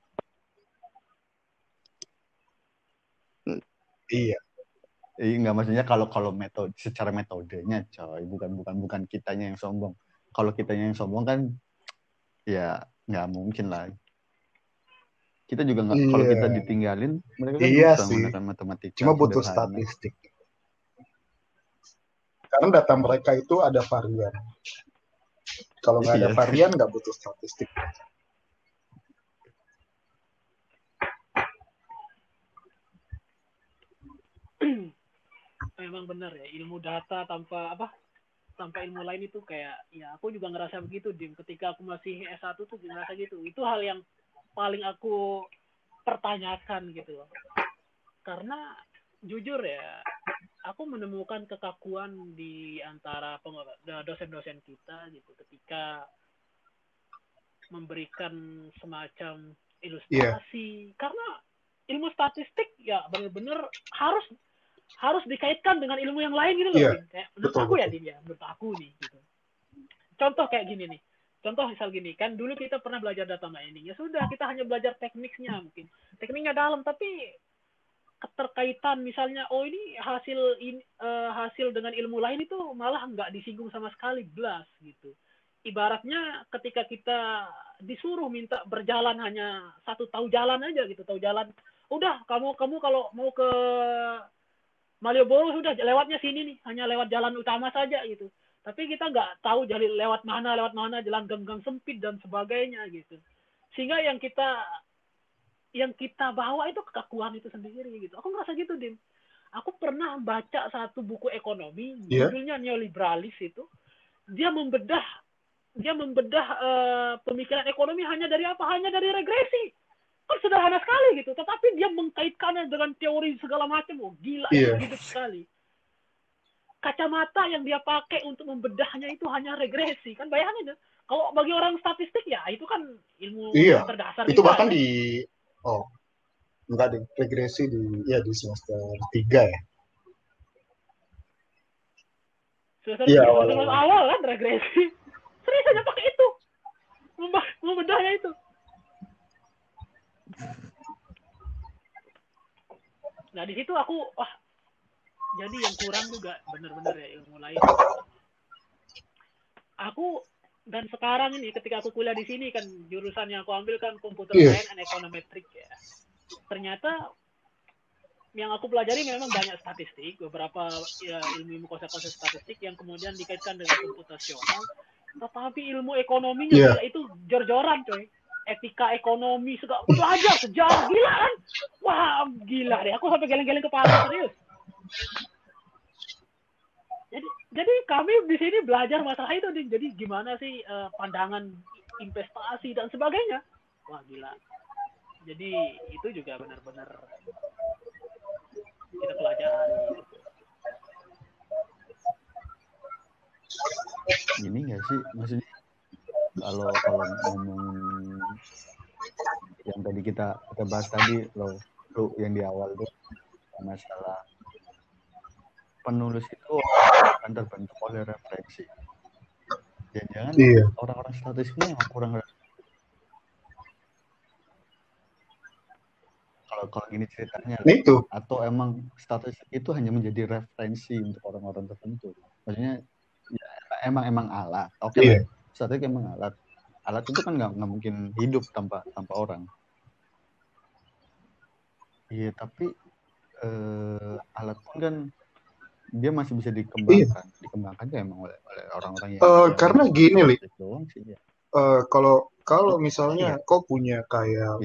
Iya. Enggak, maksudnya kalau secara metodenya, coy, bukan kitanya yang sombong. Kalau kitanya yang sombong kan ya nggak mungkin lah. Kita juga nggak, kalau Iya. kita ditinggalin, mereka kan Iya bisa sih. menggunakan matematika Cuma butuh sederhana. statistik. Karena data mereka itu ada varian. Kalau nggak ada varian, nggak butuh statistik. Memang benar ya, ilmu data tanpa ilmu lain itu kayak, ya aku juga ngerasa begitu, Dim. Ketika aku masih S1 tuh ngerasa gitu. Itu hal yang paling aku pertanyakan gitu loh. Karena jujur ya, aku menemukan kekakuan di antara dosen-dosen kita gitu ketika memberikan semacam ilustrasi. Karena ilmu statistik ya benar-benar harus dikaitkan dengan ilmu yang lain gitu loh, Dim. Kayak menurut aku ya, Dim, ya, menurut aku nih gitu. Contoh kayak gini nih. Contoh misal gini, kan dulu kita pernah belajar data mining. Ya sudah, kita hanya belajar tekniknya mungkin. Tekniknya dalam, tapi keterkaitan misalnya, oh ini hasil dengan ilmu lain itu malah nggak disinggung sama sekali, blas gitu. Ibaratnya ketika kita disuruh minta berjalan hanya tahu jalan aja gitu, tahu jalan. Udah, kamu kalau mau ke Malioboro sudah lewatnya sini nih, hanya lewat jalan utama saja gitu. Tapi kita nggak tahu jadi lewat mana, jalan gang-gang sempit dan sebagainya gitu. Sehingga yang kita bawa itu kekakuan itu sendiri gitu. Aku ngerasa gitu, Dim. Aku pernah baca satu buku ekonomi, judulnya Neoliberalis itu. Dia membedah pemikiran ekonomi hanya dari apa? Hanya dari regresi. Kan sederhana sekali gitu, tetapi dia mengkaitkannya dengan teori segala macam. Oh, gila, hidup sekali. Kacamata yang dia pakai untuk membedahnya itu hanya regresi. Kan bayangin ya, kalau bagi orang statistik ya itu kan ilmu yang terdasar itu juga, bahkan ya. Enggak di regresi di semester 3 ya. Semester 3 awal kan regresi. Serius aja pakai itu. Membedahnya itu. Nah di situ aku jadi yang kurang juga benar-benar ya ilmu lain. Aku dan sekarang ini ketika aku kuliah di sini kan jurusan yang aku ambil kan computer science and econometric ya. Ternyata yang aku pelajari memang banyak statistik, beberapa ya, ilmu konsep-konsep statistik yang kemudian dikaitkan dengan komputasional. Tetapi ilmu ekonominya itu jor-joran, coy. Etika ekonomi, segala belajar sejarah, gila kan? Wah, gila deh. Aku sampai geleng-geleng kepala, serius. Jadi kami di sini belajar masalah itu, jadi gimana sih pandangan investasi dan sebagainya. Wah, gila. Jadi itu juga benar-benar kita pelajari. Gini nggak sih, maksudnya kalau ngomongin yang tadi kita bahas tadi loh, yang di awal tuh masalah penulis itu akan terbentuk oleh referensi. Jangan orang-orang statistiknya yang kurang. Kalau gini ceritanya, atau emang statistik itu hanya menjadi referensi untuk orang-orang tertentu. Maksudnya ya, emang alat. Oke lah, statistik emang alat. Alat itu kan nggak mungkin hidup tanpa orang. Iya, tapi alat pun kan dia masih bisa dikembangkan. Dikembangkan ya emang oleh orang-orang yang karena gini, Li. Doang sih, ya. Kalau misalnya kau punya kayak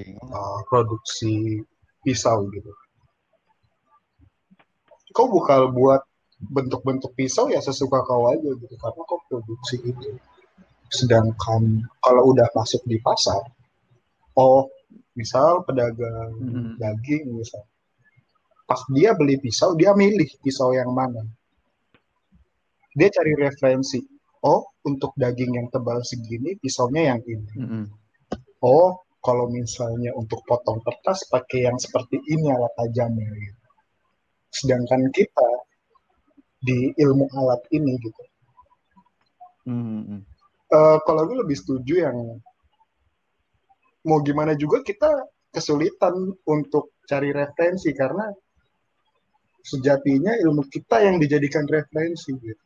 produksi pisau gitu, kau bakal buat bentuk-bentuk pisau ya sesuka kau aja gitu karena kau produksi itu. Sedangkan kalau udah masuk di pasar, oh misal pedagang Mm-mm. daging misal, pas dia beli pisau dia milih pisau yang mana. Dia cari referensi. Oh, untuk daging yang tebal segini pisaunya yang ini. Mm-mm. Oh, kalau misalnya untuk potong kertas pakai yang seperti ini alat tajamnya gitu. Sedangkan kita di ilmu alat ini gitu. Mm-mm. Kalau gue lebih setuju yang mau gimana juga kita kesulitan untuk cari referensi karena sejatinya ilmu kita yang dijadikan referensi gitu.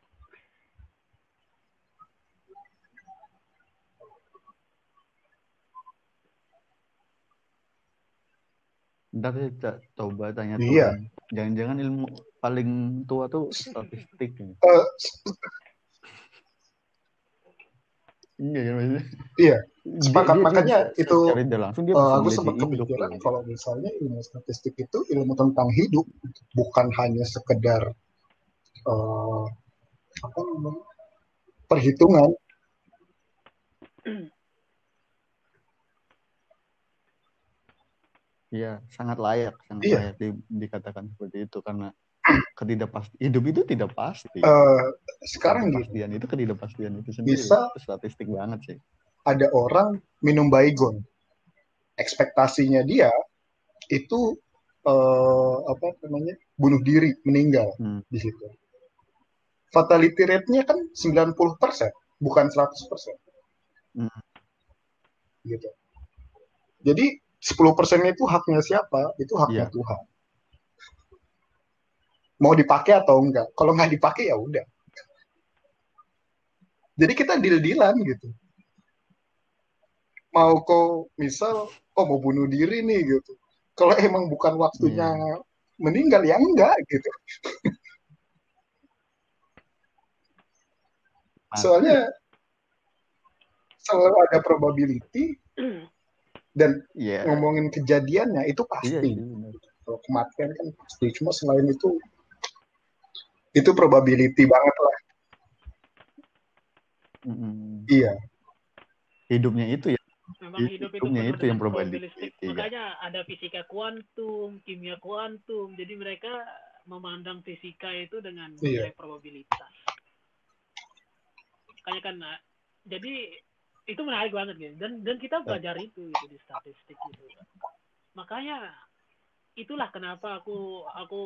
Ntar saya coba tanya Tuhan. Iya. Jangan-jangan ilmu paling tua tuh statistik. Eh, Iya kan maksudnya. iya, Dia, sepakat. dia, dia Makanya bisa itu secara tidak langsung dia bisa aku melihat di sempat induk kepikiran loh gitu. kalau misalnya ilmu statistik itu ilmu tentang hidup, bukan hanya sekedar eh, apa namanya perhitungan. Iya, sangat Iya, layak dikatakan seperti itu karena ketidakpasti hidup itu tidak pasti. eh, sekarang gini, Ketidakpastian itu ketidakpastian itu sendiri. bisa Itu statistik banget sih. ada orang minum baygon, ekspektasinya dia itu apa namanya bunuh diri, meninggal Hmm. di situ. Fatality rate-nya kan 90%, bukan 100%. Hmm. Gitu. Jadi 10%-nya itu haknya siapa? Itu haknya Iya. Tuhan. Mau dipakai atau enggak? Kalau nggak dipakai ya udah. Jadi kita deal-dealan gitu. Mau kau misal, oh mau bunuh diri nih gitu. Kalau emang bukan waktunya Iya. meninggal ya enggak gitu. Mati ya. Soalnya selalu ada probability dan Iya. ngomongin kejadiannya itu Iya pasti. sih benar. Kalau kematian kan pasti. Cuma selain itu probability banget lah. Mm-mm. Iya, Hidupnya itu ya. Memang hidup itu Hidupnya penuh itu yang dengan probabilistik. probability kan. Makanya ada fisika kuantum, kimia kuantum. Jadi mereka memandang fisika itu dengan iya. nilai probabilitas. Makanya kan, jadi itu menarik banget gitu. Dan kita belajar itu gitu di statistik gitu. Makanya itulah kenapa aku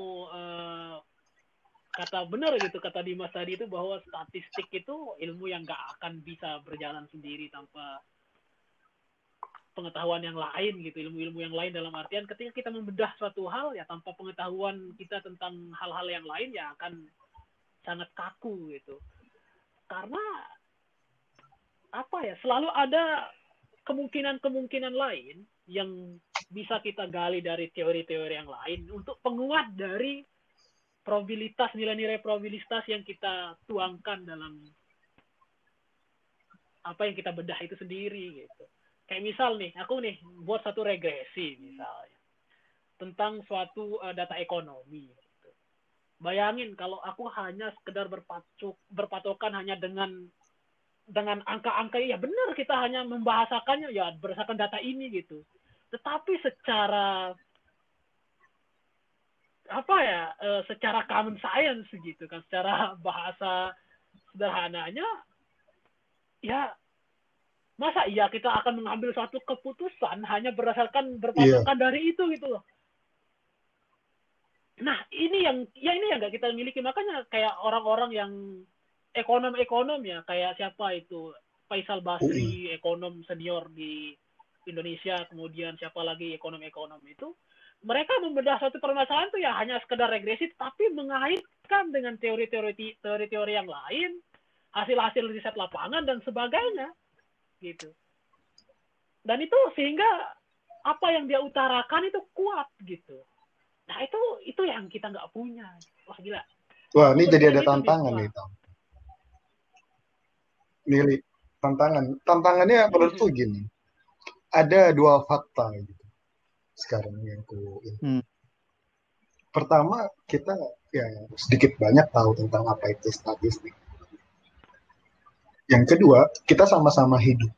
kata benar gitu kata Dimas tadi itu bahwa statistik itu ilmu yang gak akan bisa berjalan sendiri tanpa pengetahuan yang lain gitu, ilmu-ilmu yang lain dalam artian ketika kita membedah suatu hal ya tanpa pengetahuan kita tentang hal-hal yang lain ya akan sangat kaku gitu. Karena apa ya, selalu ada kemungkinan-kemungkinan lain yang bisa kita gali dari teori-teori yang lain untuk penguat dari probabilitas, nilai-nilai probabilitas yang kita tuangkan dalam apa yang kita bedah itu sendiri gitu. Kayak misal nih, aku nih buat satu regresi misalnya tentang suatu data ekonomi. Gitu. Bayangin kalau aku hanya sekedar berpatokan hanya dengan angka-angka, ya benar kita hanya membahasakannya ya berdasarkan data ini gitu. Tetapi secara apa ya, secara common science gitu kan, secara bahasa sederhananya, ya masa iya kita akan mengambil suatu keputusan hanya berdasarkan Iya. berpatokan dari itu gitu loh. Nah ini yang nggak kita miliki, makanya kayak orang-orang yang ekonom ya, kayak siapa itu Faisal Basri, ekonom senior di Indonesia, kemudian siapa lagi ekonom-ekonom itu, mereka membedah suatu permasalahan itu ya hanya sekedar regresi, tapi mengaitkan dengan teori-teori yang lain, hasil-hasil riset lapangan dan sebagainya gitu. Dan itu sehingga apa yang dia utarakan itu kuat gitu. Nah itu yang kita nggak punya. Wah gila. Wah, Aku ini jadi ada berpikir itu tantangan nih, Tam. Milih tantangan. Tantangannya menurutku gini. Ada dua fakta gitu. Sekarang yang aku ini. Pertama, kita ya sedikit banyak tahu tentang apa itu statistik. Yang kedua, kita sama-sama hidup.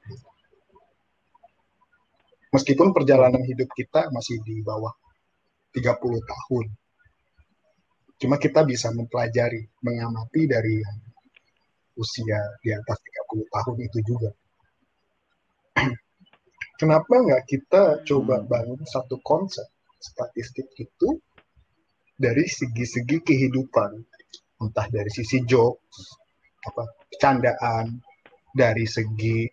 Meskipun perjalanan hidup kita masih di bawah 30 tahun. Cuma kita bisa mempelajari, mengamati dari usia di atas 30 tahun itu juga. Kenapa nggak kita coba bangun satu konsep statistik itu dari segi-segi kehidupan, entah dari sisi jokes, candaan, dari segi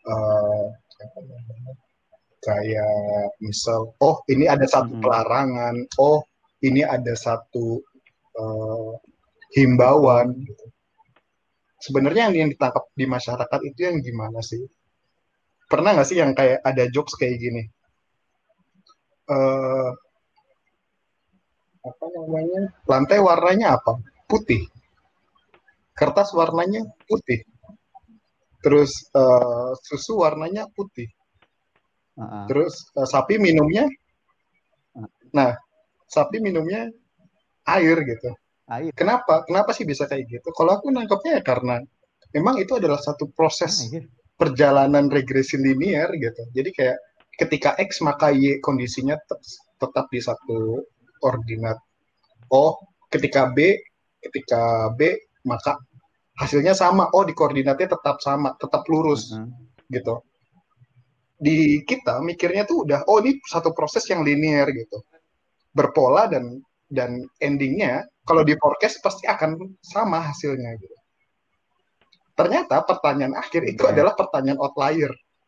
kayak misal, oh ini ada satu pelarangan, oh ini ada satu himbauan. Gitu. Sebenarnya yang ditangkap di masyarakat itu yang gimana sih? Pernah nggak sih yang kayak ada jokes kayak gini? Apa namanya? Lantai warnanya apa? Putih. Kertas warnanya putih. Terus susu warnanya putih. Terus sapi minumnya, sapi minumnya air gitu. Air. Kenapa sih bisa kayak gitu? Kalau aku nangkepnya ya karena memang itu adalah satu proses perjalanan regresi linear gitu. Jadi kayak ketika X maka Y kondisinya tetap di satu ordinat. Oh, ketika B maka hasilnya sama. Oh, di koordinatnya tetap sama, tetap lurus gitu. Di kita mikirnya tuh udah, oh ini satu proses yang linear gitu. Berpola dan endingnya kalau di forecast pasti akan sama hasilnya gitu. Ternyata pertanyaan akhir itu adalah pertanyaan outlier.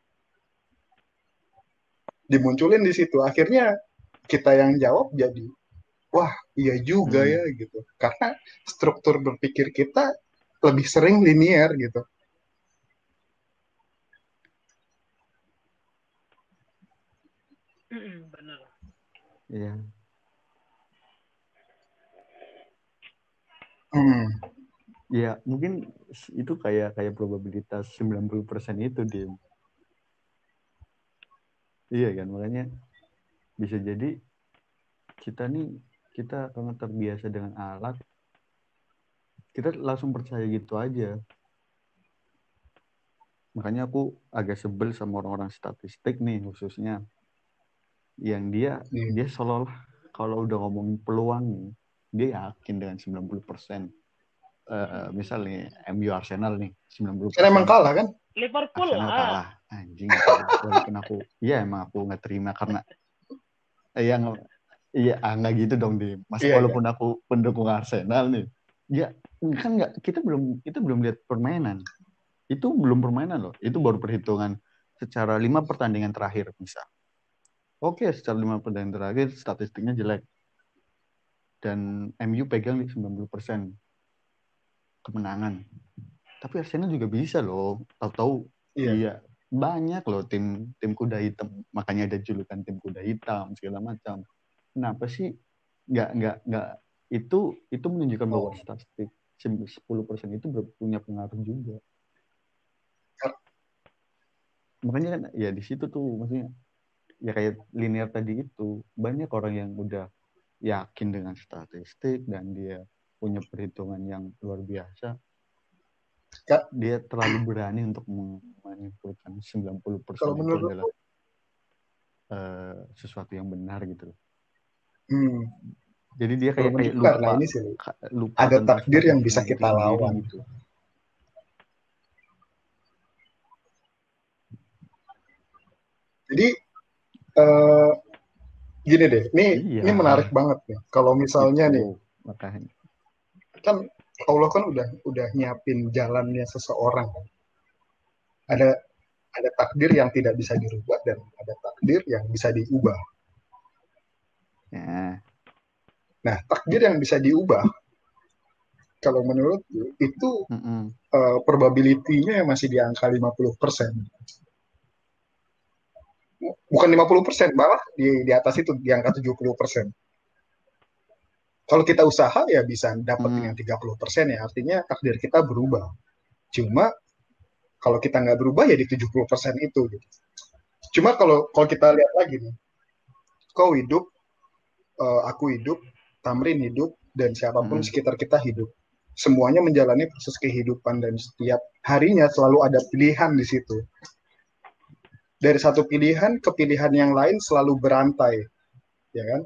Dimunculin di situ. Akhirnya kita yang jawab jadi, wah iya juga ya gitu. Karena struktur berpikir kita lebih sering linear gitu. Benar. Iya. Ya, mungkin itu kayak probabilitas 90% itu, Dim. Iya kan, makanya bisa jadi kita karena terbiasa dengan alat, kita langsung percaya gitu aja. Makanya aku agak sebel sama orang-orang statistik nih, khususnya yang dia seolah-olah kalau udah ngomongin peluang nih, dia yakin dengan 90%. Misalnya MU Arsenal nih 90%. Karena emang kalah kan? Liverpool Arsenal kalah. Anjing. Walaupun emang aku nggak terima karena nggak gitu dong, di Mas. Walaupun aku pendukung Arsenal nih, ya kan kita belum lihat permainan. Itu belum permainan loh. Itu baru perhitungan secara 5 pertandingan terakhir misal. Oke, secara 5 pertandingan terakhir statistiknya jelek. Dan MU pegang 90% kemenangan. Tapi Arsenal juga bisa loh. Tahu-tahu iya banyak loh tim kuda hitam. Makanya ada julukan tim kuda hitam segala macam. Kenapa sih nggak itu menunjukkan bahwa statistik 10% itu punya pengaruh juga. Makanya kan ya di situ tuh maksudnya ya kayak linear tadi itu, banyak orang yang udah yakin dengan statistik dan dia punya perhitungan yang luar biasa. Dia terlalu berani untuk menyimpulkan 90% itu adalah sesuatu yang benar gitu. Jadi dia kayak lupa ada takdir yang bisa kita lawan gitu. Jadi gini deh, ini menarik banget nih. Kalau misalnya nih, kan Allah kan udah nyiapin jalannya seseorang. Ada takdir yang tidak bisa dirubah dan ada takdir yang bisa diubah. Nah, takdir yang bisa diubah, kalau menurutku itu probability-nya masih di angka 50%. Bukan 50%, malah di atas itu di angka 70%. Kalau kita usaha ya bisa dapat dengan 30% ya, artinya takdir kita berubah. Cuma kalau kita nggak berubah ya di 70% itu gitu. Cuma kalau kita lihat lagi nih, kau hidup, aku hidup, Tamrin hidup, dan siapapun Mm-mm. sekitar kita hidup. Semuanya menjalani proses kehidupan dan setiap harinya selalu ada pilihan di situ. Dari satu pilihan ke pilihan yang lain selalu berantai, ya kan?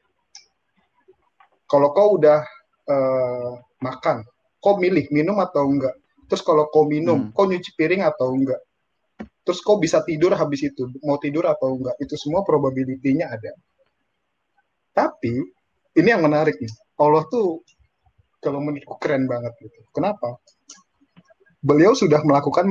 Kalau kau udah makan, kau milih minum atau enggak. Terus kalau kau minum, Mm. kau nyuci piring atau enggak. Terus kau bisa tidur habis itu, mau tidur atau enggak. Itu semua probability-nya ada. Tapi ini yang menarik nih. Allah tuh kalau menurutku keren banget gitu. Kenapa? Beliau sudah melakukan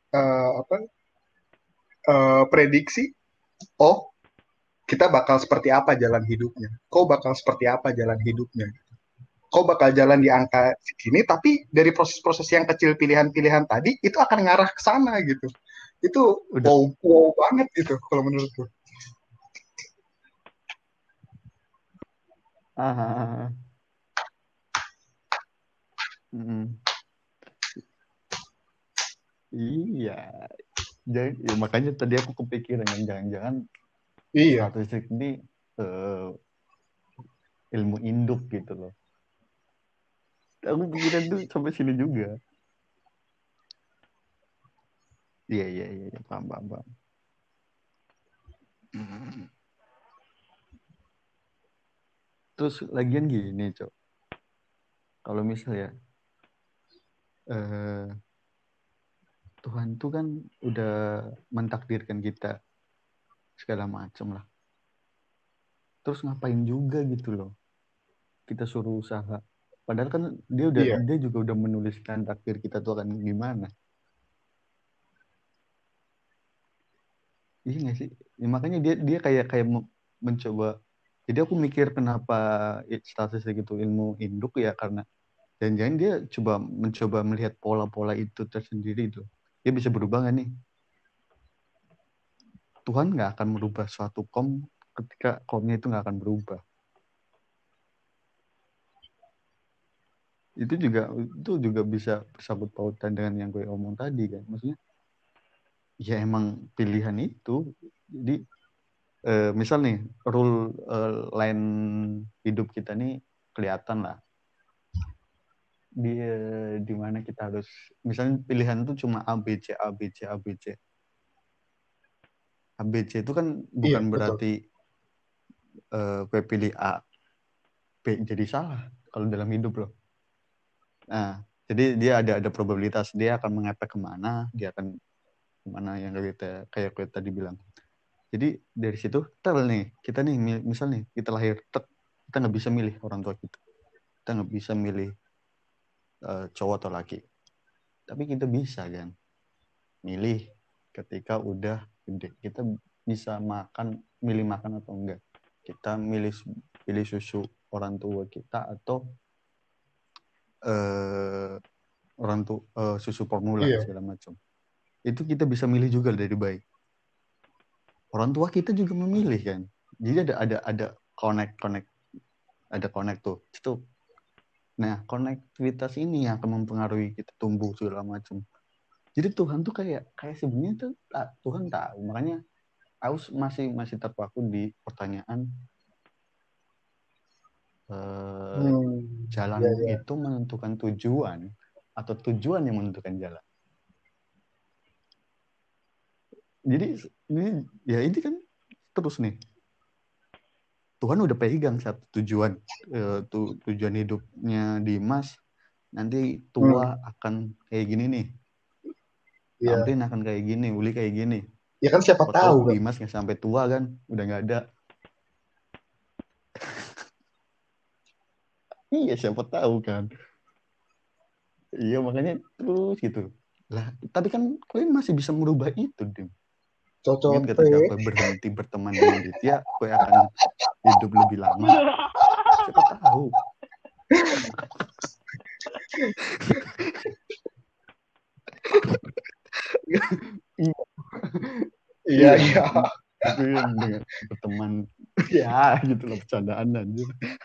prediksi. Oh, kita bakal seperti apa jalan hidupnya. Kau bakal seperti apa jalan hidupnya. Kau bakal jalan di angka segini, tapi dari proses-proses yang kecil pilihan-pilihan tadi itu akan ngarah ke sana gitu. Itu Udah. wow, wow banget gitu kalau menurutku. Ah. Mm. Iya. Jadi, ya makanya tadi aku kepikiran kan jangan-jangan Iya, statistik ini eh, ilmu induk gitu loh. Aku pikiran tuh sampai sini juga. Iya, iya, iya, iya. Paham, paham, paham. Mm. Terus lagian gini, Cok. Kalau misal ya, eh, Tuhan tuh kan udah mentakdirkan kita segala macam lah. Terus ngapain juga gitu loh. Kita suruh usaha. Padahal kan iya, dia juga udah menuliskan takdir kita tuh akan gimana. Iya nggak sih? Ya, makanya dia kayak kayak mencoba. Jadi aku mikir kenapa statistik itu ilmu induk ya karena jangan-jangan dia mencoba melihat pola-pola itu tersendiri itu. Dia bisa berubah nggak nih? Tuhan nggak akan merubah suatu ketika komnya itu nggak akan berubah. Itu juga bisa bersangkut pautan dengan yang gue omong tadi kan. Maksudnya ya emang pilihan itu. Jadi misal nih rule line hidup kita nih kelihatan lah di mana kita harus misalnya pilihan itu cuma A B C A B C A B C A B C itu kan iya, bukan betul. berarti gue pilih A B jadi salah kalau dalam hidup loh. Nah jadi dia ada probabilitas dia akan mengepek kemana dia akan kemana yang kayak tadi bilang. Jadi dari situ kita nih misal nih kita lahir kita nggak bisa milih orang tua kita nggak bisa milih cowok atau laki tapi kita bisa kan milih ketika udah gede kita bisa milih makan atau enggak kita pilih susu orang tua kita atau susu formula Iya, segala macam itu kita bisa milih juga dari bayi orang tua kita juga memilih kan jadi ada connect ada connect tuh itu nah konektivitas ini yang akan mempengaruhi kita tumbuh segala macam jadi Tuhan tuh kayak sebenarnya tuh Tuhan tahu makanya aku masih terpaku di pertanyaan iya, jalanmu iya. itu menentukan tujuan atau tujuan yang menentukan jalan. Jadi ini kan terus nih Tuhan udah pegang satu tujuan hidupnya Dimas nanti Hmm, tua akan kayak gini nih, iya. Tamrin akan kayak gini, Uli kayak gini. Ya kan siapa tahu Foto kan. Dimas nggak sampai tua kan, udah nggak ada. Iya siapa tahu kan. Iya makanya terus gitu. Lah, tapi kan kalian masih bisa merubah itu, Dim. Mungkin Cocote. ketika kau berhenti berteman dengan Ditya, kau akan hidup lebih lama. Siapa tahu. Iya, Iya, iya. maksudnya dengan berteman, ya gitu lah bercandaan aja.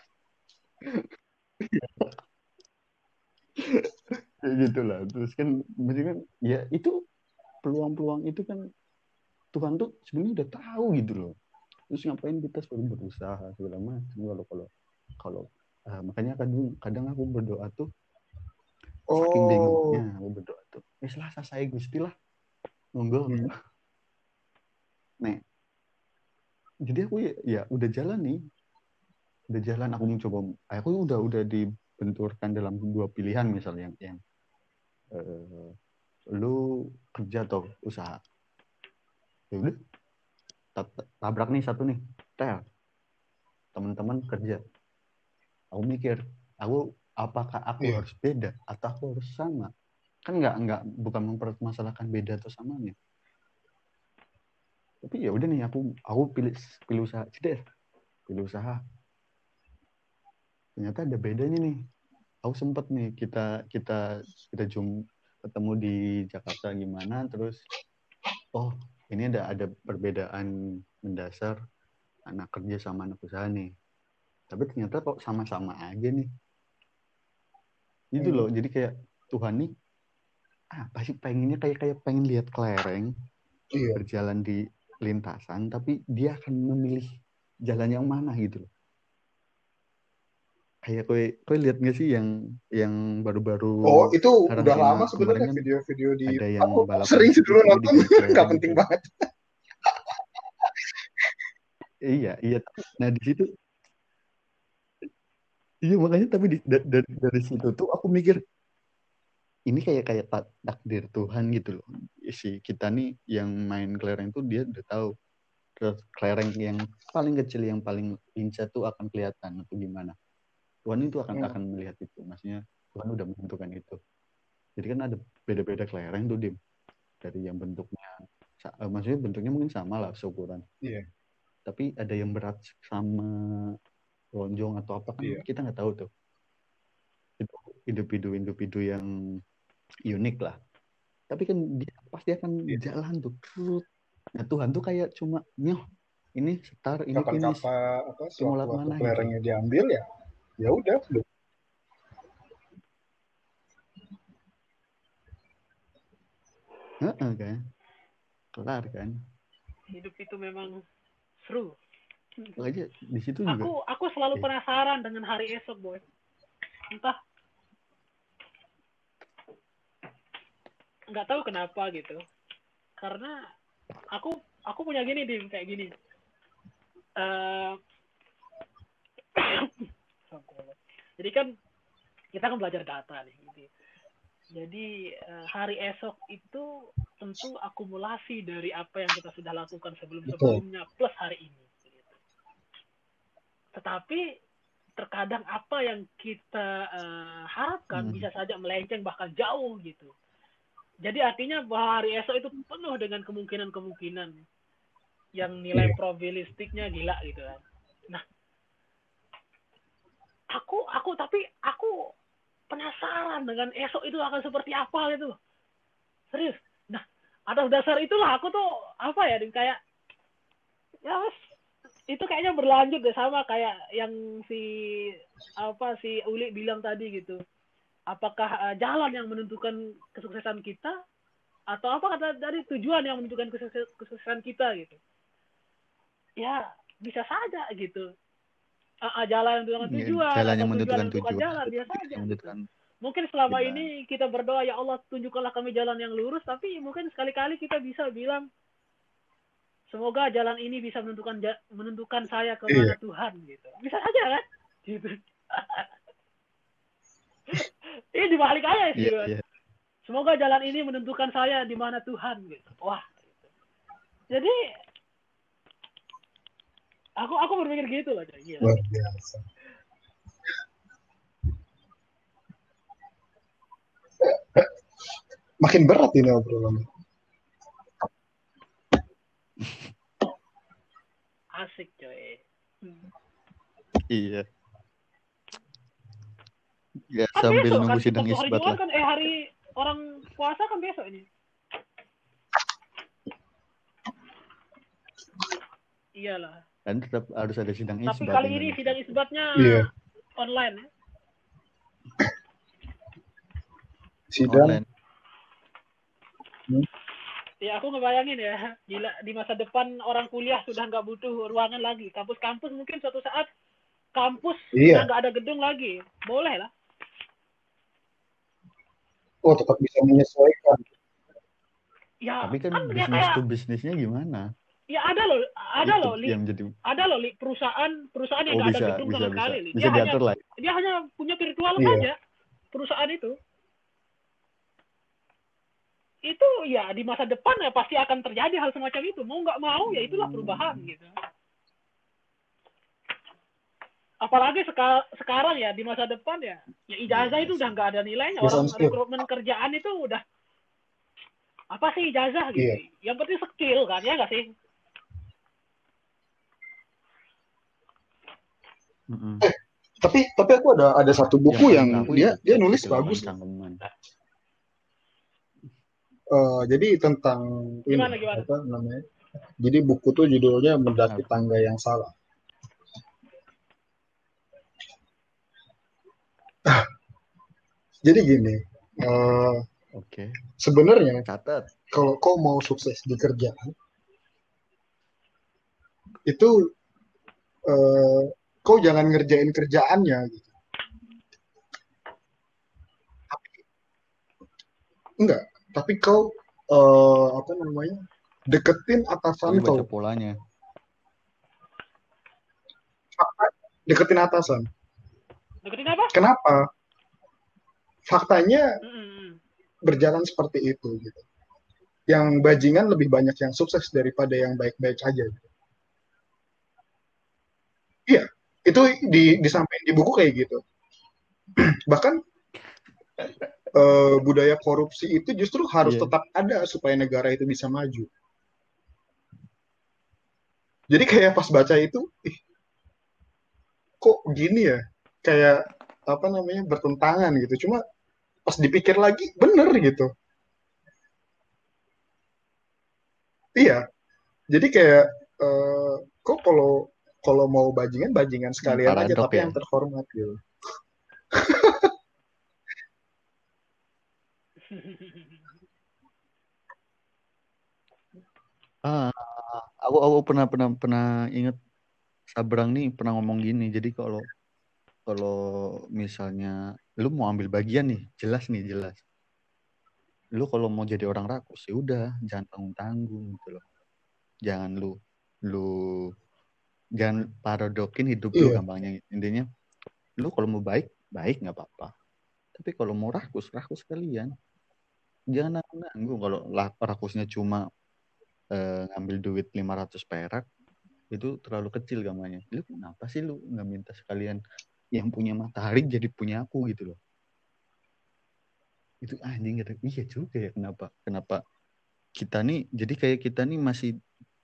Kayak gitu lah. Terus kan, maksudnya kan, ya itu peluang-peluang itu kan Tuhan tuh sebenarnya udah tahu gitu loh. Terus ngapain kita selalu berusaha segala macam kalau kalau kalau Makanya kadang aku berdoa tuh saking bingungnya aku berdoa tuh. Selasa saya Gusti lah. Monggo. Nih. Jadi aku ya udah jalan nih. Udah jalan aku mencoba. Aku udah dibenturkan dalam dua pilihan misalnya yang lu kerja atau usaha. Ya udah tabrak nih satu nih. Teman-teman kerja. Aku mikir, apakah aku harus beda atau aku harus sama? Kan nggak bukan mempermasalahkan beda atau samanya. Tapi ya udah nih aku pilih usaha. Pilih usaha. Ternyata ada bedanya nih. Aku sempet nih kita ketemu di Jakarta gimana, terus ini ada perbedaan mendasar anak kerja sama anak usaha nih. Tapi ternyata kok sama-sama aja nih. Gitu loh. Jadi kayak Tuhan nih pasti pengennya kayak pengen lihat kelereng berjalan di lintasan, tapi dia akan memilih jalan yang mana gitu loh. Kayak kowe lihat nggak sih yang baru-baru itu udah lama kemarin sebenarnya kan video-video di ada yang aku balapan sering sih gitu, dulu tapi nonton diganti nggak kelereng penting gitu. banget. Iya. Nah di situ, iya makanya tapi dari situ tuh aku mikir ini kayak takdir Tuhan gitu loh. Si kita nih yang main kelereng tuh dia udah tahu kelereng yang paling kecil yang paling lincah tuh akan kelihatan atau gimana. Tuhan itu akan melihat itu. Maksudnya Tuhan udah menentukan itu. Jadi kan ada beda-beda kelereng tuh Dim. Dari yang maksudnya bentuknya mungkin sama lah seukuran. Iya. Tapi ada yang berat sama lonjong atau apa kan kita nggak tahu tuh. Itu individu yang unik lah. Tapi kan dia pasti akan jalan tuh. Nah Tuhan tuh kayak cuma ini start, ini finish. Kapan Mau lewat sewaktu-waktu mana gitu. kelerengnya diambil ya udah. Kan. Kelar kan. Hidup itu memang seru. Makanya di situ juga. Aku selalu penasaran dengan hari esok, boy. Entah nggak tahu kenapa gitu. Karena aku punya gini Dim, kayak gini. Jadi kan kita kan belajar data nih gitu. Jadi hari esok itu tentu akumulasi dari apa yang kita sudah lakukan sebelum-sebelumnya plus hari ini. Gitu. Tetapi terkadang apa yang kita harapkan bisa saja melenceng bahkan jauh gitu. Jadi artinya bahwa hari esok itu penuh dengan kemungkinan-kemungkinan yang nilai probabilistiknya gila gitu kan. Nah, aku penasaran dengan esok itu akan seperti apa gitu. Serius. Nah, atas dasar itulah aku tuh kayak ya itu kayaknya berlanjut deh sama kayak yang si Uli bilang tadi gitu. Apakah jalan yang menentukan kesuksesan kita atau apa kata dari tujuan yang menentukan kesuksesan kita gitu. Ya, bisa saja gitu. Jalan yang menentukan tujuan Jalan atau yang tujuan yang menentukan tujuan, jalan biasa saja gitu. menentukan Mungkin selama ini kita berdoa ya Allah tunjukkanlah kami jalan yang lurus, tapi mungkin sekali-kali kita bisa bilang semoga jalan ini bisa menentukan saya kemana Tuhan gitu. Bisa aja kan? Gitu. Ini dibalik aja sih. Yeah. Semoga jalan ini menentukan saya di mana Tuhan gitu. Wah. Gitu. Jadi aku berpikir gitu loh. Luar biasa. Makin berat ini obrolannya. Asik coy. Iya. Ya, kan sambil besok, nunggu kan sidang isbat lah. Kan hari orang puasa kan besok ini. Iyalah. Dan tetap harus ada sidang isbat. Tapi kali ini sidang isbatnya online ya. Sidang. Online. Ya aku ngebayangin ya, gila di masa depan orang kuliah sudah nggak butuh ruangan lagi. Kampus-kampus mungkin suatu saat kampus Iya. udah nggak ada gedung lagi, boleh lah. Oh, tetap bisa menyesuaikan. Ya Tapi kan ya bisnis kayak to bisnisnya gimana? ya ada loh Itu Li, yang jadi perusahaan yang oh nggak ada bisa gedung bisa sama bisa sekali, Li. bisa diatur lah. Dia hanya punya virtual Iya. saja perusahaan itu ya di masa depan ya pasti akan terjadi hal semacam itu, mau nggak mau ya itulah perubahan gitu. Apalagi sekarang ya di masa depan ya ijazah itu udah nggak ada nilainya. Yes, Orang understood. rekrutmen kerjaan itu udah apa sih ijazah gitu. Iya. Yang penting skill kan, ya nggak sih? Tapi aku ada satu buku yang dia nulis bagus. Jadi tentang Gimana? apa namanya? Jadi buku tuh judulnya Mendaki Tangga yang Salah. Jadi gini, sebenarnya kalau kau mau sukses di kerjaan, itu kau jangan ngerjain kerjaannya gitu. Tapi kau apa namanya, deketin atasan kau. Polanya. Deketin atasan. Deketin apa? Kenapa? Faktanya berjalan seperti itu gitu. Yang bajingan lebih banyak yang sukses daripada yang baik-baik aja. Gitu. Iya, itu disampaikan di buku kayak gitu. Bahkan budaya korupsi itu justru harus tetap ada supaya negara itu bisa maju. Jadi kayak pas baca itu, kok gini ya? Kayak apa namanya, bertentangan gitu. Cuma pas dipikir lagi bener gitu. Iya. Jadi kayak kok kalau mau bajingan sekalian aja, tapi yang terhormat gitu. Aku pernah ingat Sabrang nih pernah ngomong gini. Jadi kalau misalnya lu mau ambil bagian nih, jelas. Lu kalau mau jadi orang rakus ya udah jangan tanggung-tanggung gitu loh. Jangan lu jangan paradokin hidup lu gampangnya. Intinya lu kalau mau baik nggak apa-apa. Tapi kalau mau rakus kalian. Jangan nanggung. Kalau rakusnya cuma ngambil duit 500 perak itu terlalu kecil gampangnya. Lu kenapa sih lu nggak minta sekalian yang punya matahari jadi punya aku gitu loh. Itu anjing gitu. Iya juga ya, kenapa kita nih jadi kayak kita nih masih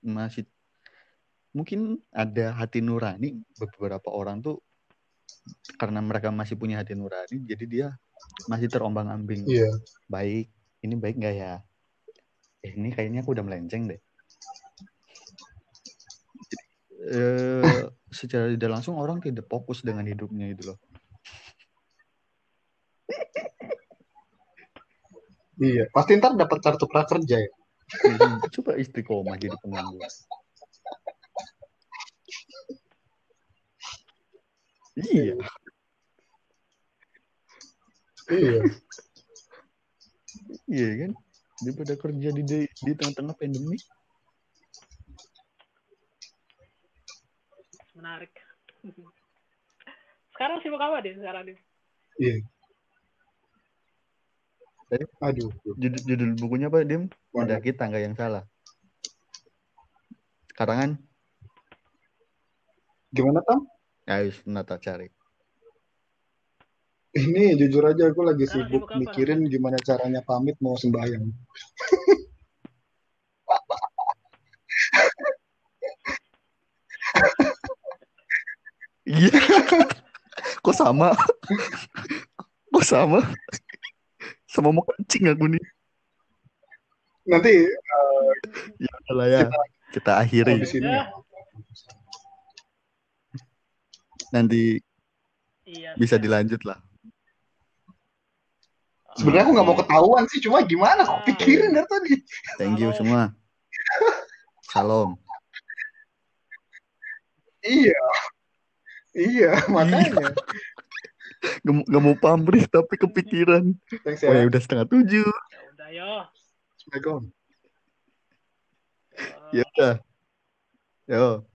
mungkin ada hati nurani. Beberapa orang tuh karena mereka masih punya hati nurani jadi dia masih terombang-ambing. Baik, ini baik nggak ya? Ini kayaknya aku udah melenceng deh. Secara tidak langsung orang tidak fokus dengan hidupnya itu loh. Iya, pasti ntar dapat kartu prakerja ya. Coba istiqomah jadi penganggur. Iya. Iya kan? Daripada kerja di tengah-tengah pandemi. Menarik. Sekarang sibuk apa deh sekarang nih? Iya. Aduh. Judul bukunya apa, Dim? Mendaki Tangga yang Salah. Karangan? Gimana, Tam? Ayo, Nata cari. Ini jujur aja aku lagi sibuk mikirin gimana caranya pamit mau sembahyang. Iya. Kok sama? Sama mau kencing aku nih. Nanti kita akhiri. Nanti bisa dilanjut lah. Sebenarnya aku nggak mau ketahuan sih, cuma gimana kok pikirin dari tadi. Thank you semua. Salam. Iya. Iya, makanya. Gak mau pamrih tapi kepikiran. Thanks Oh ya. ya udah 6:30. Ya udah yo. Assalamualaikum. Ya udah. Yo.